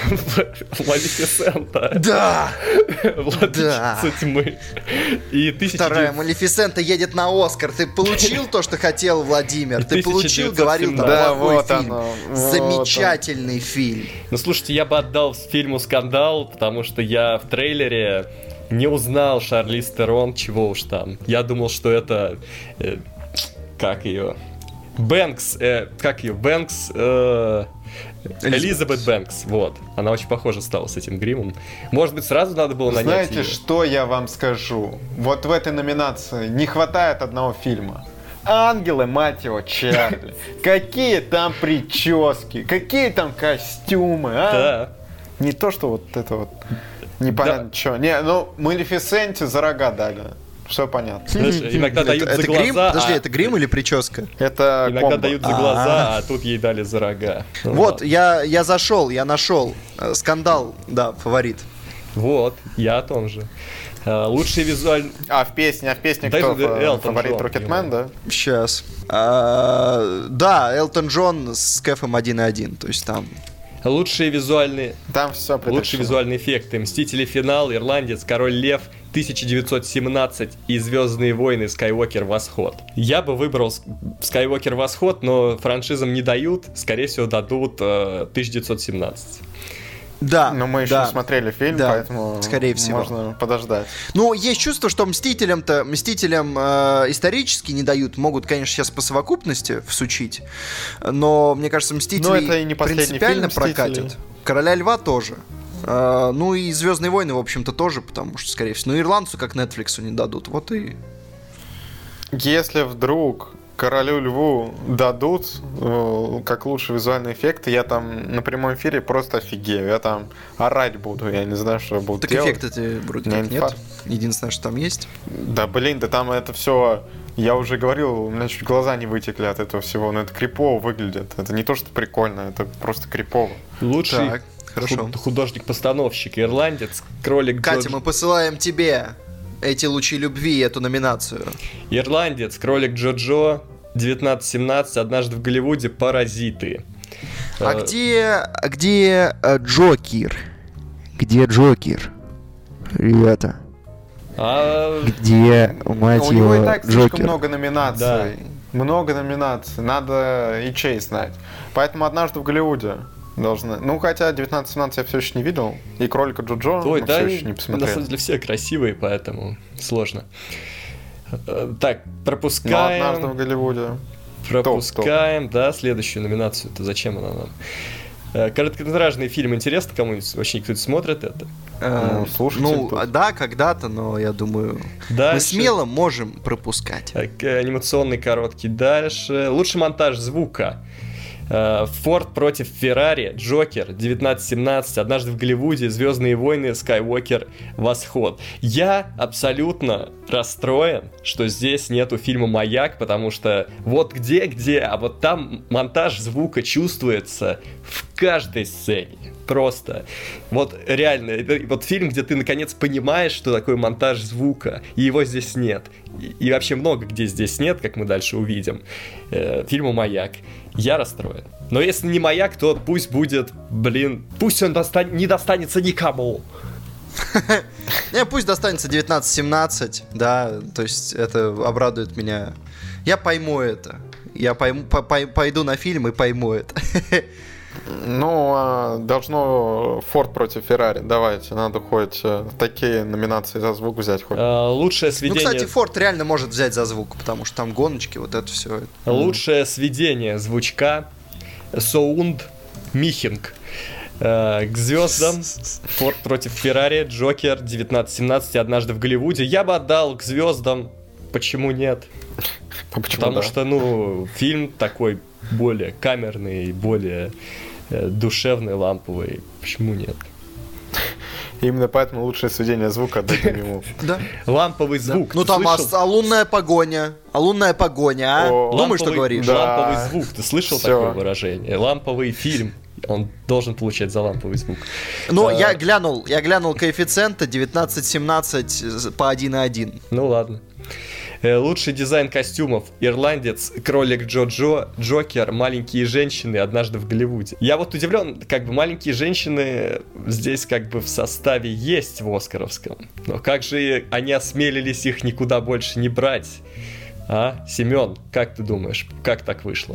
[SPEAKER 3] Да!
[SPEAKER 1] Владычица тьмы. И
[SPEAKER 3] Вторая Малефисента едет на Оскар. Ты получил то, что хотел, Владимир? Ты получил, говорил, там,
[SPEAKER 1] 1917.
[SPEAKER 2] Да,
[SPEAKER 3] плохой
[SPEAKER 2] вот
[SPEAKER 3] фильм.
[SPEAKER 2] оно, вот
[SPEAKER 3] Замечательный фильм.
[SPEAKER 1] Ну, слушайте, я бы отдал фильму «Скандал», потому что я в трейлере не узнал Шарлиз Терон, чего уж там. Я думал, что это... как ее? Бэнкс. Элизабет Бэнкс, вот. Она очень похожа стала с этим гримом. Может быть, сразу надо было нанять
[SPEAKER 2] Знаете,
[SPEAKER 1] её?
[SPEAKER 2] что я вам скажу? Вот в этой номинации не хватает одного фильма. Ангелы, мать его, Чарли. Какие там прически, какие там костюмы, а?
[SPEAKER 1] Да.
[SPEAKER 2] Не то, что вот это вот непонятно что. Не, ну, Малефисенте за рога дали. Все понятно.
[SPEAKER 1] Знаешь, иногда дают за
[SPEAKER 3] Это грим?
[SPEAKER 1] глаза,
[SPEAKER 3] Подожди,
[SPEAKER 1] а
[SPEAKER 3] это грим или прическа?
[SPEAKER 2] Это
[SPEAKER 1] иногда
[SPEAKER 2] комбо.
[SPEAKER 1] дают за глаза, а тут ей дали за рога. Ну
[SPEAKER 3] Вот,
[SPEAKER 1] ладно.
[SPEAKER 3] я зашел, я нашел. Скандал, да, фаворит.
[SPEAKER 1] Вот, я о том же. Лучший визуальный...
[SPEAKER 2] А в песне
[SPEAKER 1] Да,
[SPEAKER 2] кто
[SPEAKER 1] Элтон
[SPEAKER 2] фаворит?
[SPEAKER 1] Джон,
[SPEAKER 2] Рокетмен, да?
[SPEAKER 3] Сейчас. Да, Элтон Джон с Кэфом 1.1. То есть там...
[SPEAKER 1] Лучшие визуальные...
[SPEAKER 2] Там все
[SPEAKER 1] Лучшие визуальные эффекты. Мстители финал, Ирландец, Король Лев, 1917 и Звездные войны, Скайуокер Восход. Я бы выбрал Скайуокер Восход, но франшизам не дают. Скорее всего, дадут 1917.
[SPEAKER 3] Да,
[SPEAKER 2] Но мы еще
[SPEAKER 3] да.
[SPEAKER 2] не смотрели фильм,
[SPEAKER 3] Да,
[SPEAKER 2] поэтому
[SPEAKER 3] скорее всего.
[SPEAKER 2] можно подождать.
[SPEAKER 3] Ну, есть чувство, что Мстителям исторически не дают. Могут, конечно, сейчас по совокупности всучить. Но, мне кажется, Мстители
[SPEAKER 2] Но это и не последний
[SPEAKER 3] принципиально
[SPEAKER 2] фильм «Мстителей».
[SPEAKER 3] прокатят. Короля Льва тоже. Ну и Звездные войны, в общем-то, тоже, потому что, скорее всего. Ну, ирландцу, как Netflixу, не дадут. Вот и...
[SPEAKER 2] Если вдруг Королю Льву дадут как лучший визуальный эффект, я там на прямом эфире просто офигею. Я там орать буду, я не знаю, что я буду
[SPEAKER 3] Так
[SPEAKER 2] делать.
[SPEAKER 3] эффекты вроде
[SPEAKER 2] У меня
[SPEAKER 3] как нет.
[SPEAKER 2] инфаркт.
[SPEAKER 3] Единственное, что там есть.
[SPEAKER 2] Да блин, да там это все... Я уже говорил, у меня чуть глаза не вытекли от этого всего, но это крипово выглядит. Это не то, что прикольно, это просто крипово.
[SPEAKER 1] Лучший
[SPEAKER 3] Так, хорошо.
[SPEAKER 1] художник-постановщик, Ирландец, Кролик
[SPEAKER 3] Катя,
[SPEAKER 1] Джордж...
[SPEAKER 3] мы посылаем тебе эти лучи любви, эту номинацию.
[SPEAKER 1] Ирландец, Кролик Джоджо, 1917, Однажды в Голливуде, Паразиты.
[SPEAKER 3] А где Джокер? Где Джокер? Ребята, где, мать
[SPEAKER 2] У него и так слишком
[SPEAKER 3] Джокер?
[SPEAKER 2] много номинаций.
[SPEAKER 1] Да.
[SPEAKER 2] Много номинаций. Надо и честь знать. Поэтому «Однажды в Голливуде» должны... Ну, хотя 1917 я все еще не видел. И «Кролика Джоджо»
[SPEAKER 1] Ой,
[SPEAKER 2] мы
[SPEAKER 1] да,
[SPEAKER 2] все еще не
[SPEAKER 1] на
[SPEAKER 2] посмотрели.
[SPEAKER 1] самом деле все красивые, поэтому сложно. Так,
[SPEAKER 2] Но
[SPEAKER 1] пропускаем.
[SPEAKER 2] «Однажды в Голливуде».
[SPEAKER 1] Пропускаем, да, следующую номинацию. Это зачем она нам? Короткометражный фильм интересно кому-нибудь? Вообще кто-то смотрит это?
[SPEAKER 2] слушатель тут.
[SPEAKER 3] Да, когда-то, но я думаю,
[SPEAKER 1] Дальше.
[SPEAKER 3] мы смело можем пропускать.
[SPEAKER 1] Так, анимационный короткий дальше. Лучший монтаж звука. Форд против Феррари, Джокер, 1917, Однажды в Голливуде, Звездные войны, Скайуокер, Восход. Я абсолютно расстроен, что здесь нету фильма «Маяк», потому что вот где, а вот там монтаж звука чувствуется в каждой сцене. Просто. Вот реально, это вот фильм, где ты наконец понимаешь, что такое монтаж звука, и его здесь нет. И вообще много где здесь нет, как мы дальше увидим. Фильму «Маяк». Я расстроен. Но если не «Маяк», то пусть будет, пусть он не достанется никому.
[SPEAKER 3] Пусть достанется 1917, да, то есть это обрадует меня. Я пойму это. Я пойду на фильм и пойму это.
[SPEAKER 2] Должно Форд против Феррари. Давайте, надо хоть такие номинации за звук взять. Хоть.
[SPEAKER 1] Лучшее сведение...
[SPEAKER 3] кстати, Форд реально может взять за звук, потому что там гоночки, вот это все.
[SPEAKER 1] Лучшее сведение звучка Соунд Михинг. К звездам Форд против Феррари, Джокер, 1917 и Однажды в Голливуде. Я бы отдал к звездам. Почему нет? Потому что, фильм такой более камерный, более душевный, ламповый. Почему нет?
[SPEAKER 2] Именно поэтому лучшее сведение звука отдадим ему.
[SPEAKER 3] Да.
[SPEAKER 1] Ламповый звук.
[SPEAKER 3] Ну там лунная погоня. Лунная погоня, а? Думаешь, что говоришь?
[SPEAKER 1] Ламповый звук. Ты слышал такое выражение? Ламповый фильм. Он должен получать за ламповый звук.
[SPEAKER 3] Ну, я глянул коэффициенты 19-17 по 1,1.
[SPEAKER 1] Ну ладно. Лучший дизайн костюмов. Ирландец, Кролик Джо-Джо, Джокер, Маленькие женщины, Однажды в Голливуде. Я вот удивлен, Маленькие женщины здесь в составе есть в Оскаровском. Но как же они осмелились их никуда больше не брать? А, Семен, как ты думаешь, как так вышло?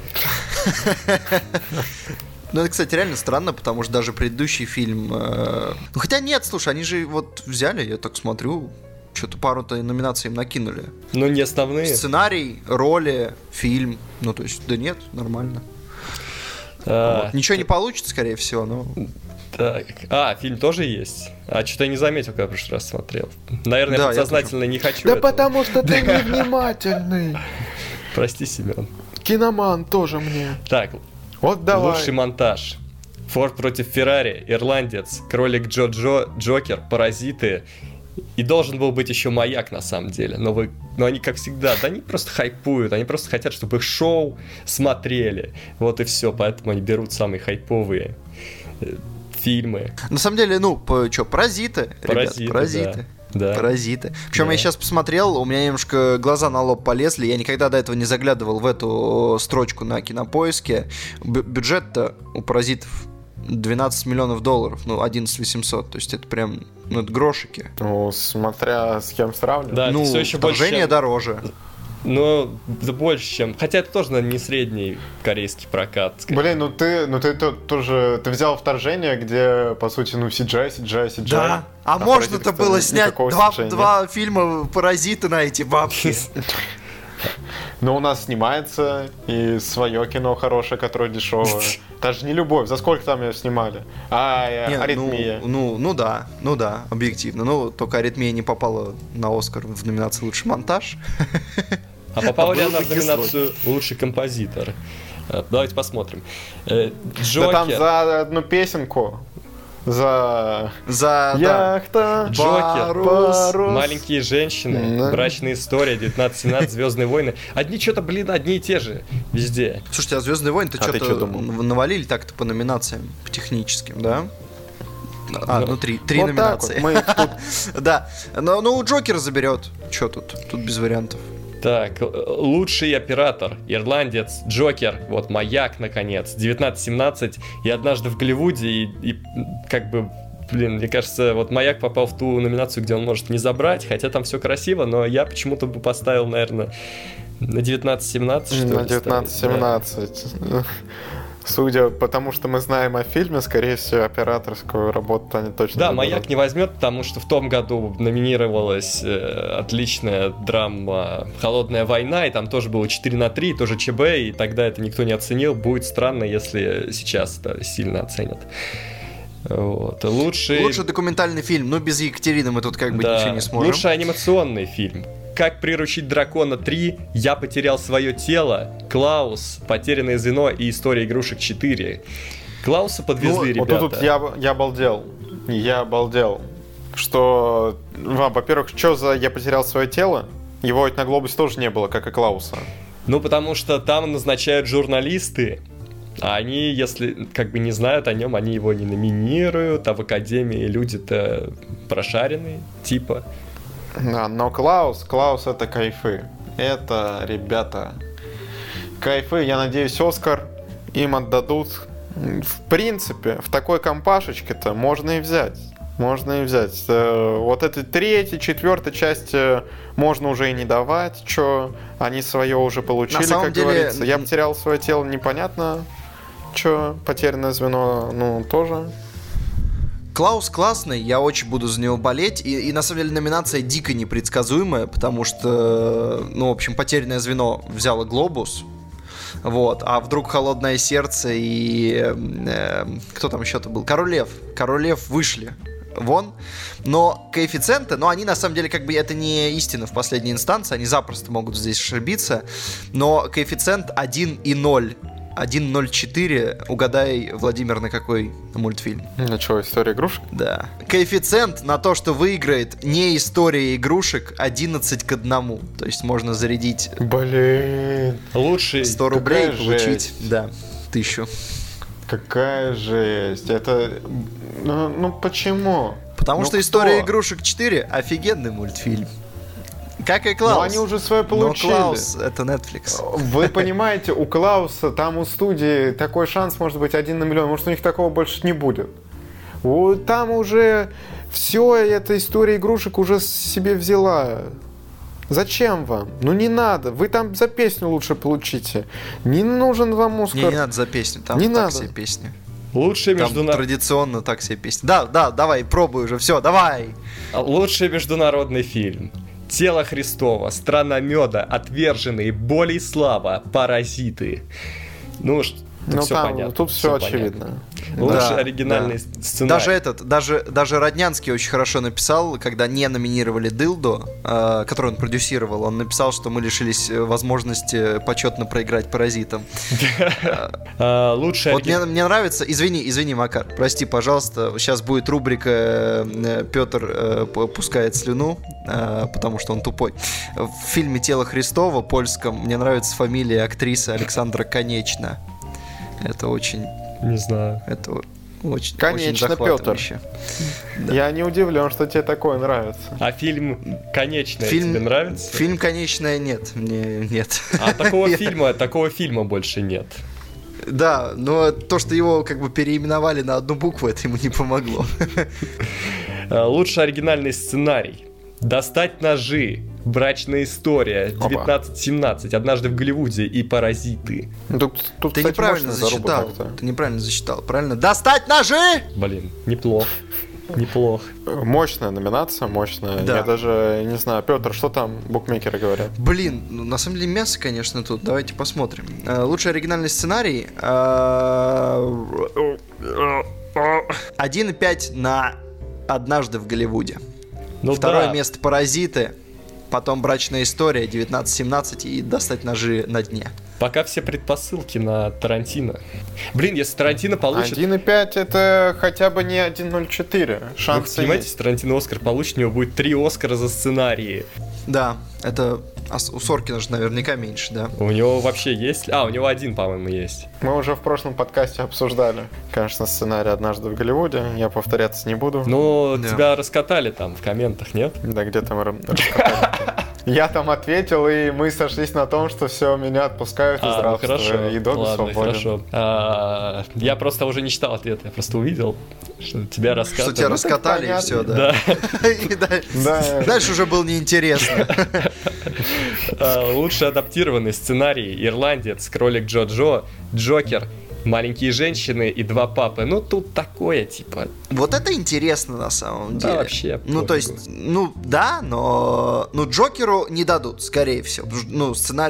[SPEAKER 3] Ну, это, кстати, реально странно, потому что даже предыдущий фильм... хотя нет, слушай, они же вот взяли, я так смотрю... Что-то пару-то номинаций им накинули.
[SPEAKER 1] Ну, не основные.
[SPEAKER 3] Сценарий, роли, фильм. Ну, то есть, да нет, нормально. Ничего не получится, скорее всего, но...
[SPEAKER 1] Так. Фильм тоже есть? Что-то я не заметил, когда в прошлый раз смотрел. Наверное, я подсознательно не хочу
[SPEAKER 2] этого. Потому что ты невнимательный.
[SPEAKER 1] Прости, Семен.
[SPEAKER 2] Киноман тоже мне.
[SPEAKER 1] Так,
[SPEAKER 2] вот давай.
[SPEAKER 1] Лучший монтаж. Форд против Феррари, Ирландец, Кролик Джо-Джо, Джокер, Паразиты. И должен был быть еще «Маяк» на самом деле. Но они, как всегда, они просто хайпуют. Они просто хотят, чтобы их шоу смотрели. Вот и все. Поэтому они берут самые хайповые фильмы.
[SPEAKER 3] На самом деле, «Паразиты». Паразиты.
[SPEAKER 1] Да.
[SPEAKER 3] «Паразиты». Причем я сейчас посмотрел, у меня немножко глаза на лоб полезли. Я никогда до этого не заглядывал в эту строчку на Кинопоиске. Бюджет-то у «Паразитов» $12 миллионов, 11 800, то есть это прям, это грошики.
[SPEAKER 2] Ну, смотря с кем сравнивать.
[SPEAKER 1] Да, все еще
[SPEAKER 3] «Вторжение» дороже.
[SPEAKER 1] Ну, больше, чем... Хотя это тоже, наверное, не средний корейский прокат.
[SPEAKER 2] Блин, ты тоже... Ты взял «Вторжение», где, по сути, CGI.
[SPEAKER 3] Да, можно-то было снять два фильма «Паразиты» на эти бабки.
[SPEAKER 2] Но у нас снимается и свое кино хорошее, которое дешевое. Даже не «Любовь». За сколько там ее снимали? «Аритмия».
[SPEAKER 3] Ну да, объективно. Ну, только «Аритмия» не попала на «Оскар» в номинацию «Лучший монтаж».
[SPEAKER 1] А попала ли она в номинацию «Лучший композитор»? Давайте посмотрим.
[SPEAKER 2] Да там за одну песенку. За яхта,
[SPEAKER 1] Джокер, Маленькие женщины, Брачная история, 1917, Звездные войны. Одни что-то, одни и те же везде.
[SPEAKER 3] Слушайте, а Звездные войны-то что-то навалили так-то по номинациям, по техническим, да? Три номинации. Да, но Джокер заберет. Что тут? Тут без вариантов.
[SPEAKER 1] Так, лучший оператор, Ирландец, Джокер, вот «Маяк», наконец, 1917 и «Однажды в Голливуде», и мне кажется, вот «Маяк» попал в ту номинацию, где он может не забрать, хотя там все красиво, но я почему-то бы поставил, наверное, на 1917, что ли.
[SPEAKER 2] На 1917. Судя по тому, что мы знаем о фильме, скорее всего, операторскую работу они точно
[SPEAKER 1] Да,
[SPEAKER 2] заберут.
[SPEAKER 1] «Маяк» не возьмет, потому что в том году номинировалась отличная драма «Холодная война», и там тоже было 4/3, тоже ЧБ, и тогда это никто не оценил. Будет странно, если сейчас это сильно оценят. Вот. Лучший
[SPEAKER 3] документальный фильм, но без Екатерины мы тут как бы ничего не сможем.
[SPEAKER 1] Лучший анимационный фильм. «Как приручить дракона 3», «Я потерял свое тело», «Клаус», «Потерянное звено» и «История игрушек 4». Клауса подвезли, ребята.
[SPEAKER 2] Вот тут я обалдел. Я обалдел. Что, во-первых, что за «Я потерял свое тело»? Его ведь на Глобусе тоже не было, как и Клауса.
[SPEAKER 1] Ну, потому что там назначают журналисты, а они, если как бы не знают о нем, они его не номинируют, а в Академии люди-то прошаренные, типа.
[SPEAKER 2] Да, но Клаус это кайфы. Это, ребята, кайфы. Я надеюсь, Оскар им отдадут. В принципе, в такой компашечке-то можно и взять. Можно и взять. Вот этой 3-й, 4-й части можно уже и не давать. Что они свое уже получили, как деле... говорится. Я потерял свое тело, непонятно. Что, потерянное звено, ну, тоже.
[SPEAKER 3] Клаус классный, я очень буду за него болеть. И на самом деле номинация дико непредсказуемая, потому что, ну, в общем, потерянное звено взяло Глобус. Вот, а вдруг «Холодное сердце» и кто там еще-то был? «Король Лев» вышли вон, но коэффициенты, но они на самом деле как бы это не истина в последней инстанции, они запросто могут здесь ошибиться, но коэффициент 1,0. 1.04. Угадай, Владимир, на какой мультфильм?
[SPEAKER 2] На что, «История игрушек»?
[SPEAKER 3] Да. Коэффициент на то, что выиграет не «История игрушек», 11:1. То есть можно зарядить...
[SPEAKER 2] Блин.
[SPEAKER 1] Лучший.
[SPEAKER 3] 100 рублей получить.
[SPEAKER 2] Жесть.
[SPEAKER 3] Да, 1000.
[SPEAKER 2] Какая жесть. Это... Ну почему?
[SPEAKER 3] Потому что «История игрушек 4» офигенный мультфильм. Как и Клаус.
[SPEAKER 2] Но они уже свое получили.
[SPEAKER 3] Но Клаус — это Netflix.
[SPEAKER 2] Вы понимаете, у Клауса, там у студии такой шанс может быть 1 на миллион. Может, у них такого больше не будет. Вот там уже все, эта «История игрушек» уже себе взяла. Зачем вам? Ну не надо. Вы там за песню лучше получите. Не нужен вам Оскар.
[SPEAKER 3] Не надо за песню. Там
[SPEAKER 2] не
[SPEAKER 3] так
[SPEAKER 2] надо.
[SPEAKER 3] себе песня.
[SPEAKER 1] Лучший
[SPEAKER 3] традиционно так себе песня. Да, давай, пробуй уже. Все, давай.
[SPEAKER 1] Лучший международный фильм. «Тело Христово», «Страна меда», «Отверженные», «Боль и слава», «Паразиты». Ну, все
[SPEAKER 2] там,
[SPEAKER 1] понятно.
[SPEAKER 2] Тут все очевидно.
[SPEAKER 1] Лучший оригинальный сценарий.
[SPEAKER 3] Даже Роднянский очень хорошо написал, когда не номинировали «Дылдо», который он продюсировал, он написал, что мы лишились возможности почетно проиграть «Паразитам».
[SPEAKER 1] Лучший
[SPEAKER 3] вот мне нравится, извини, Макар, прости, пожалуйста, сейчас будет рубрика «Петр пускает слюну», потому что он тупой. В фильме «Тело Христово» польском мне нравится фамилия актрисы Александра Конечна. Это очень...
[SPEAKER 1] Не знаю.
[SPEAKER 3] Это очень,
[SPEAKER 2] конечно,
[SPEAKER 3] очень
[SPEAKER 2] Петр.
[SPEAKER 3] Да.
[SPEAKER 2] Я не удивлен, что тебе такое нравится.
[SPEAKER 1] А фильм «Конечная» тебе нравится?
[SPEAKER 3] Фильм «Конечная» нет. Мне нет.
[SPEAKER 1] А такого фильма больше нет.
[SPEAKER 3] Да, но то, что его как бы переименовали на одну букву, это ему не помогло.
[SPEAKER 1] Лучший оригинальный сценарий. «Достать ножи», «Брачная история», 1917, «Однажды в Голливуде» и «Паразиты».
[SPEAKER 2] Тут
[SPEAKER 3] ты неправильно засчитал. Ты неправильно засчитал. Правильно? «Достать ножи!»
[SPEAKER 1] Блин, неплохо.
[SPEAKER 2] Мощная номинация, мощная.
[SPEAKER 3] Да.
[SPEAKER 2] Я даже не знаю, Петр, что там букмекеры говорят?
[SPEAKER 3] Блин, на самом деле мясо, конечно, тут. Давайте посмотрим. Лучший оригинальный сценарий. 1,5 на «Однажды в Голливуде». Второе место «Паразиты», потом «Брачная история», 1917 и «Достать ножи на дне».
[SPEAKER 1] Пока все предпосылки на Тарантино. Блин, если Тарантино получит...
[SPEAKER 2] 1,5 это хотя бы не 1,04. Шансы
[SPEAKER 1] вы понимаете, если Тарантино Оскар получит, у него будет 3 Оскара за сценарии.
[SPEAKER 3] Да, это... А у Соркина же наверняка меньше, да?
[SPEAKER 1] У него вообще есть... у него 1, по-моему, есть.
[SPEAKER 2] Мы уже в прошлом подкасте обсуждали, конечно, сценарий «Однажды в Голливуде». Я повторяться не буду.
[SPEAKER 1] Ну, тебя раскатали там в комментах, нет?
[SPEAKER 2] Да, где-то мы раскатали. Я там ответил, и мы сошлись на том, что все, меня отпускают из рабства.
[SPEAKER 1] Хорошо.
[SPEAKER 2] И Добби свободен.
[SPEAKER 1] Хорошо. Я просто уже не читал ответ, я просто увидел, что тебя раскатали.
[SPEAKER 3] Что тебя раскатали, и все, да. Дальше уже было неинтересно.
[SPEAKER 1] Лучший адаптированный сценарий: «Ирландец», «Кролик Джо-Джо», «Джокер», «Маленькие женщины» и «Два папы». Ну, тут такое, типа...
[SPEAKER 3] Вот это интересно, на самом деле.
[SPEAKER 1] Да, вообще.
[SPEAKER 3] Ну, то есть, да, но... Ну, Джокеру не дадут, скорее всего. Ну, сценарий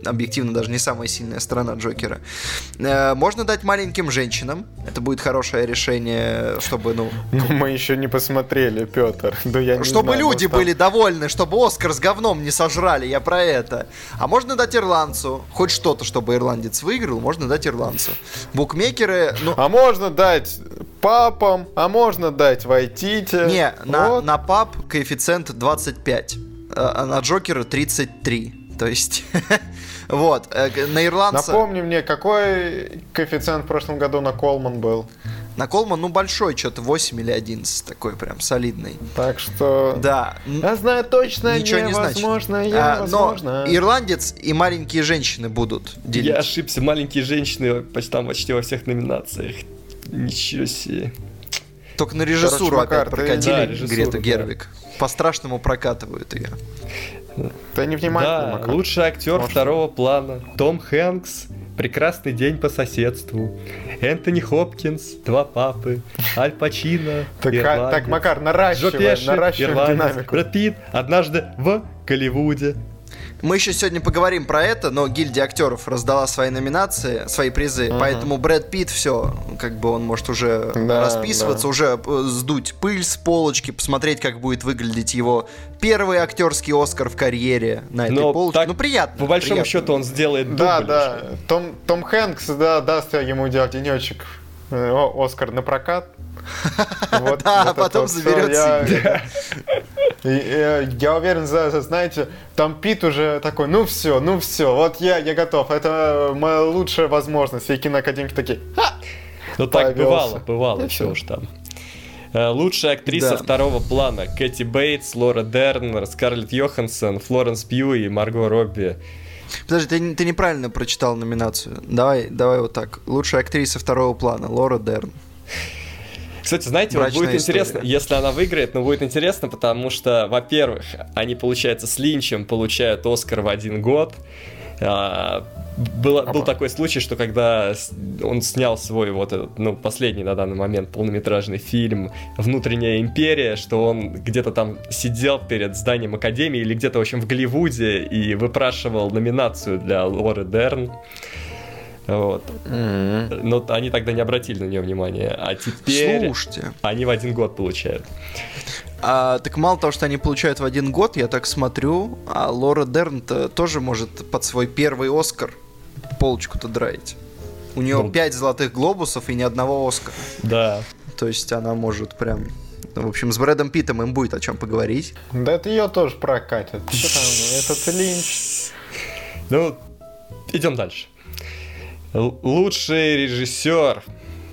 [SPEAKER 3] объективно даже не самая сильная сторона Джокера. Можно дать маленьким женщинам. Это будет хорошее решение, чтобы,
[SPEAKER 2] Мы еще не посмотрели, Петр. Да я не
[SPEAKER 3] чтобы
[SPEAKER 2] знаю,
[SPEAKER 3] люди
[SPEAKER 2] может, там-
[SPEAKER 3] были довольны, чтобы Оскар с говном не сожрали, я про это. А можно дать ирландцу. Хоть что-то, чтобы ирландец выиграл, можно дать ирландцу. Букмекеры,
[SPEAKER 2] А можно дать папам, а можно дать Вайтите.
[SPEAKER 3] Не,
[SPEAKER 2] Вот.
[SPEAKER 3] на пап коэффициент 25, а на Джокера 33. То есть, вот, на ирландца...
[SPEAKER 2] Напомни мне, какой коэффициент в прошлом году на Колман был?
[SPEAKER 3] На Колман, большой, что-то 8 или 11, такой прям солидный.
[SPEAKER 2] Так что...
[SPEAKER 3] Да.
[SPEAKER 2] Я знаю точно,
[SPEAKER 3] Ничего не значит.
[SPEAKER 2] невозможно,
[SPEAKER 3] Но
[SPEAKER 2] возможно.
[SPEAKER 3] ирландец и маленькие женщины будут делить.
[SPEAKER 1] Я ошибся, маленькие женщины почти во всех номинациях. Ничего себе.
[SPEAKER 3] Только на режиссуру
[SPEAKER 2] Короче, Макар,
[SPEAKER 3] опять прокатили
[SPEAKER 1] да, режиссуру,
[SPEAKER 3] Грету
[SPEAKER 1] да.
[SPEAKER 3] Гервиг. По-страшному прокатывают ее.
[SPEAKER 2] Ты невнимательный,
[SPEAKER 1] Да,
[SPEAKER 2] Макар.
[SPEAKER 1] лучший актер
[SPEAKER 2] Может.
[SPEAKER 1] второго плана. Том Хэнкс, «Прекрасный день по соседству». Энтони Хопкинс, «Два папы». Аль Пачино,
[SPEAKER 2] Так,
[SPEAKER 1] «Ирландец».
[SPEAKER 2] так, Макар,
[SPEAKER 1] Джо
[SPEAKER 2] наращивай
[SPEAKER 1] Пеши, «Ирландец».
[SPEAKER 2] динамику.
[SPEAKER 1] Брэд Питт, «Однажды в Голливуде».
[SPEAKER 3] Мы еще сегодня поговорим про это, но гильдия актеров раздала свои номинации, свои призы, поэтому Брэд Питт все, как бы он может уже
[SPEAKER 2] Да,
[SPEAKER 3] расписываться,
[SPEAKER 2] да.
[SPEAKER 3] уже сдуть пыль с полочки, посмотреть, как будет выглядеть его первый актерский Оскар в карьере на этой
[SPEAKER 1] Но
[SPEAKER 3] полочке.
[SPEAKER 1] так,
[SPEAKER 3] Приятно.
[SPEAKER 1] По большому
[SPEAKER 3] приятно.
[SPEAKER 1] счету он сделает
[SPEAKER 2] Да,
[SPEAKER 1] дубль
[SPEAKER 2] да.
[SPEAKER 1] уже.
[SPEAKER 2] Том Хэнкс, да, даст ему делать денечек. Оскар на прокат. Вот
[SPEAKER 3] Да,
[SPEAKER 2] это
[SPEAKER 3] потом
[SPEAKER 2] вот всё,
[SPEAKER 3] заберет себе.
[SPEAKER 2] Я уверен, знаете, там Пит уже такой, ну все, вот я готов, это моя лучшая возможность. И киноакадемики такие, ха!
[SPEAKER 1] Ну так
[SPEAKER 2] повелся.
[SPEAKER 1] бывало,
[SPEAKER 2] И
[SPEAKER 1] что
[SPEAKER 2] всё.
[SPEAKER 1] уж там. Лучшая актриса
[SPEAKER 3] Да.
[SPEAKER 1] второго плана. Кэти Бейтс, Лора Дерн, Скарлетт Йоханссон, Флоренс Пью и Марго Робби.
[SPEAKER 3] Подожди, ты неправильно прочитал номинацию. Давай вот так. Лучшая актриса второго плана. Лора Дерн.
[SPEAKER 1] Кстати, знаете, вот
[SPEAKER 3] Брачная
[SPEAKER 1] будет интересно,
[SPEAKER 3] история.
[SPEAKER 1] если она выиграет, но будет интересно, потому что, во-первых, они, получается, с Линчем получают Оскар в один год. Был такой случай, что когда он снял свой вот этот, последний на данный момент полнометражный фильм «Внутренняя империя», что он где-то там сидел перед зданием Академии или где-то, в общем, в Голливуде и выпрашивал номинацию для Лоры Дерн. Вот. Но они тогда не обратили на нее внимания. А теперь
[SPEAKER 3] Слушайте.
[SPEAKER 1] они в один год получают.
[SPEAKER 3] Так мало того, что они получают в один год, я так смотрю, а Лора Дерн-то тоже может под свой первый Оскар полочку-то драить. У нее 5 золотых глобусов и ни одного Оскара.
[SPEAKER 1] Да.
[SPEAKER 3] То есть она может прям... В общем, с Брэдом Питтом им будет о чем поговорить.
[SPEAKER 2] Да это ее тоже прокатит. Что там, этот Линч?
[SPEAKER 1] Ну, идем дальше. Лучший режиссер.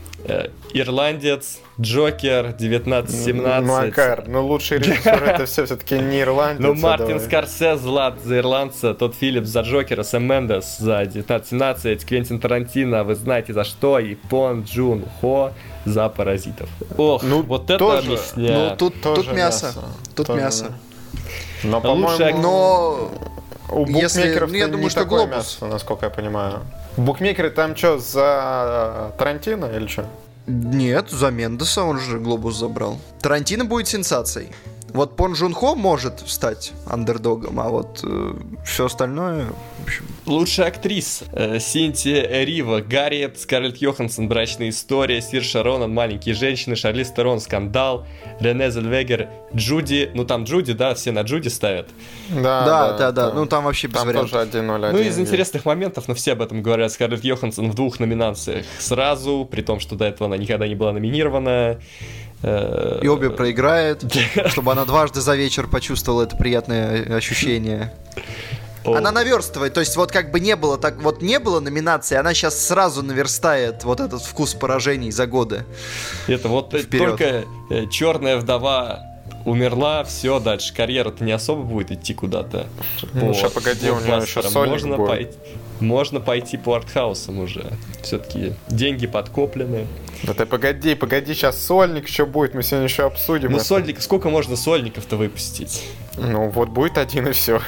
[SPEAKER 1] Ирландец, Джокер, 1917.
[SPEAKER 2] Макар, лучший режиссер это все-таки не ирландец.
[SPEAKER 1] Ну, Мартин
[SPEAKER 2] давай.
[SPEAKER 1] Скорсезе за ирландца, Тодд Филлипс за Джокера, Сэм Мендес за 1917, Квентин Тарантино, вы знаете за что, и Пон Джун Хо за Паразитов. Ох, вот это
[SPEAKER 2] тоже.
[SPEAKER 1] мясня.
[SPEAKER 3] Тут
[SPEAKER 2] Тоже
[SPEAKER 3] мясо. Тут
[SPEAKER 2] Тоже
[SPEAKER 3] мясо.
[SPEAKER 2] Но,
[SPEAKER 1] Лучший
[SPEAKER 2] по-моему,
[SPEAKER 3] Но
[SPEAKER 2] у
[SPEAKER 3] если-
[SPEAKER 2] букмекеров
[SPEAKER 3] я
[SPEAKER 2] не
[SPEAKER 3] думаю, что
[SPEAKER 2] такое
[SPEAKER 3] глобус.
[SPEAKER 2] мясо, насколько я понимаю. Букмекеры там что, за Тарантино или что?
[SPEAKER 3] нет, за Мендеса он же глобус забрал. Тарантино будет сенсацией. Вот Пон Джун Хо может стать андердогом, а вот все остальное... В общем,
[SPEAKER 1] Лучшая актриса. Синтия Эрива, Гарриет, Скарлетт Йоханссон, «Брачная история», Сирша Ронан, «Маленькие женщины», Шарлиз Терон, «Скандал», Рене Зельвегер, Джуди. Ну там Джуди, да, все на Джуди ставят.
[SPEAKER 3] да. Ну там вообще без
[SPEAKER 2] Там
[SPEAKER 3] вариантов.
[SPEAKER 2] тоже 1-0-1.
[SPEAKER 1] Ну, из интересных моментов, но все об этом говорят, Скарлетт Йоханссон в 2 номинациях сразу, при том, что до этого она никогда не была номинирована.
[SPEAKER 3] И обе проиграет, чтобы она дважды за вечер почувствовала это приятное ощущение. Она наверстывает, то есть вот как бы не было так, вот не было номинации, она сейчас сразу наверстает вот этот вкус поражений за годы.
[SPEAKER 1] Это вот
[SPEAKER 3] Вперед.
[SPEAKER 1] только «Черная вдова» умерла, все, дальше карьера-то не особо будет идти куда-то.
[SPEAKER 2] Ну, ща погоди, у неё ещё сольник
[SPEAKER 1] можно
[SPEAKER 2] будет.
[SPEAKER 1] можно пойти по артхаусам уже. Все-таки деньги подкоплены.
[SPEAKER 2] Да ты погоди, сейчас сольник еще будет, мы сегодня еще обсудим.
[SPEAKER 1] Ну,
[SPEAKER 2] это.
[SPEAKER 1] сольник, сколько можно сольников-то выпустить?
[SPEAKER 2] Ну, вот будет один и все.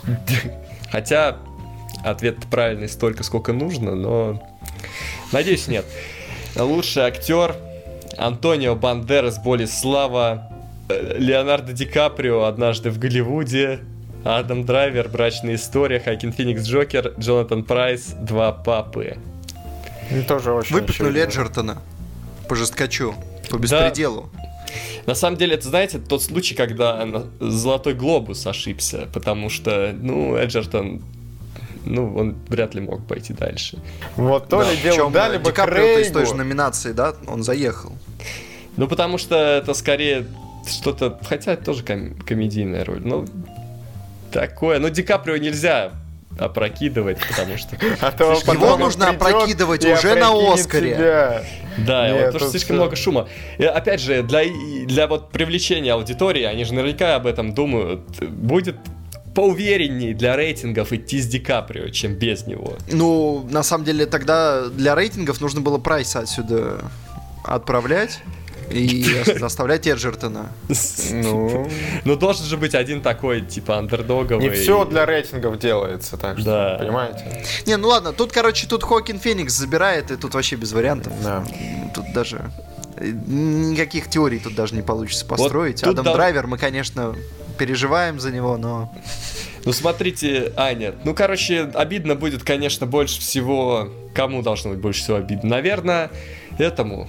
[SPEAKER 1] Хотя ответ правильный столько, сколько нужно, но надеюсь, нет. Лучший актер Антонио Бандерас, «Боль и слава», Леонардо Ди Каприо, «Однажды в Голливуде», Адам Драйвер, брачная история, Хоакин Феникс, Джокер, Джонатан Прайс, два папы.
[SPEAKER 2] Тоже очень
[SPEAKER 3] Выпихнули Эджертона по жесткачу, по беспределу.
[SPEAKER 1] На самом деле, это, знаете, тот случай, когда Золотой Глобус ошибся, потому что, Эджертон, он вряд ли мог пойти дальше.
[SPEAKER 2] Вот то ли дело, дали бы
[SPEAKER 3] Ди Каприо из той же
[SPEAKER 2] Крейгу.
[SPEAKER 3] номинации, да, он заехал.
[SPEAKER 1] Потому что это скорее что-то, хотя это тоже комедийная роль, такое. Но Ди Каприо нельзя опрокидывать, потому что...
[SPEAKER 3] Его нужно опрокидывать уже на Оскаре.
[SPEAKER 2] Тебя.
[SPEAKER 1] Да,
[SPEAKER 2] Нет,
[SPEAKER 1] потому что слишком много шума. И, опять же, для вот привлечения аудитории, они же наверняка об этом думают, будет поувереннее для рейтингов идти с Ди Каприо, чем без него.
[SPEAKER 3] На самом деле, тогда для рейтингов нужно было Прайса отсюда отправлять и оставлять Эджертона.
[SPEAKER 1] Должен же быть один такой, типа, андердоговый.
[SPEAKER 2] Не все для рейтингов делается, так что,
[SPEAKER 1] Да.
[SPEAKER 2] понимаете?
[SPEAKER 3] Ладно, тут Хоакин Феникс забирает, и тут вообще без вариантов.
[SPEAKER 2] Да.
[SPEAKER 3] Тут даже никаких теорий тут даже не получится построить.
[SPEAKER 1] Вот
[SPEAKER 3] Адам Драйвер, мы, конечно, переживаем за него, но...
[SPEAKER 1] Смотрите, Аня, обидно будет, конечно, больше всего... Кому должно быть больше всего обидно? Наверное, этому...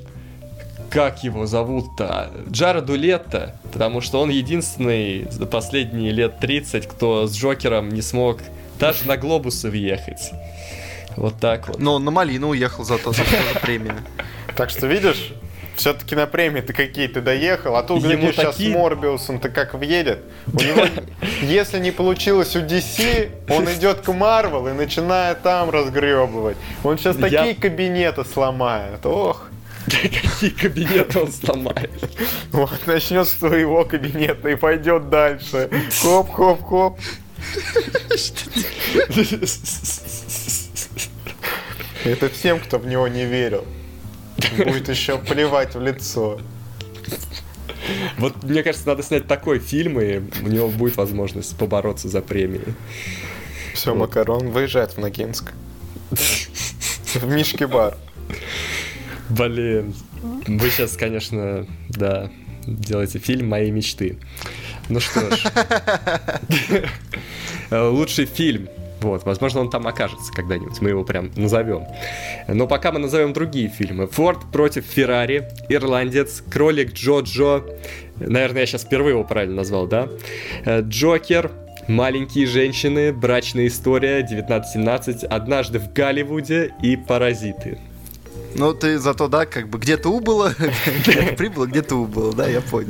[SPEAKER 1] Как его зовут-то? Джареду Лето, потому что он единственный за последние лет 30, кто с Джокером не смог даже на глобусы въехать. Вот так вот.
[SPEAKER 3] Но он на малину уехал зато за премию.
[SPEAKER 2] Так что, видишь, все-таки на премии-то какие-то доехал, а тут, глядишь, сейчас с Морбиусом-то как въедет. У него, если не получилось у DC, он идет к Marvel и начинает там разгребывать. Он сейчас такие кабинеты сломает. Ох.
[SPEAKER 1] Какие кабинеты он сломает?
[SPEAKER 2] Вот, начнет с твоего кабинета и пойдет дальше. Хоп-хоп-хоп. Это всем, кто в него не верил. Будет еще плевать в лицо.
[SPEAKER 1] Вот, мне кажется, надо снять такой фильм, и у него будет возможность побороться за премии.
[SPEAKER 2] Все, Макарон выезжает в Ногинск. В Мишке бар.
[SPEAKER 1] Блин, вы сейчас, конечно, делаете фильм «Моей мечты». Ну что ж. Лучший фильм. Возможно, он там окажется когда-нибудь, мы его прям назовем. Но пока мы назовем другие фильмы. «Форд против Феррари», «Ирландец», «Кролик Джоджо». Наверное, я сейчас впервые его правильно назвал, да? «Джокер», «Маленькие женщины», «Брачная история», «1917», «Однажды в Голливуде» и «Паразиты».
[SPEAKER 3] Ты зато, где-то убыло, где-то прибыло, где-то убыло, да, я понял.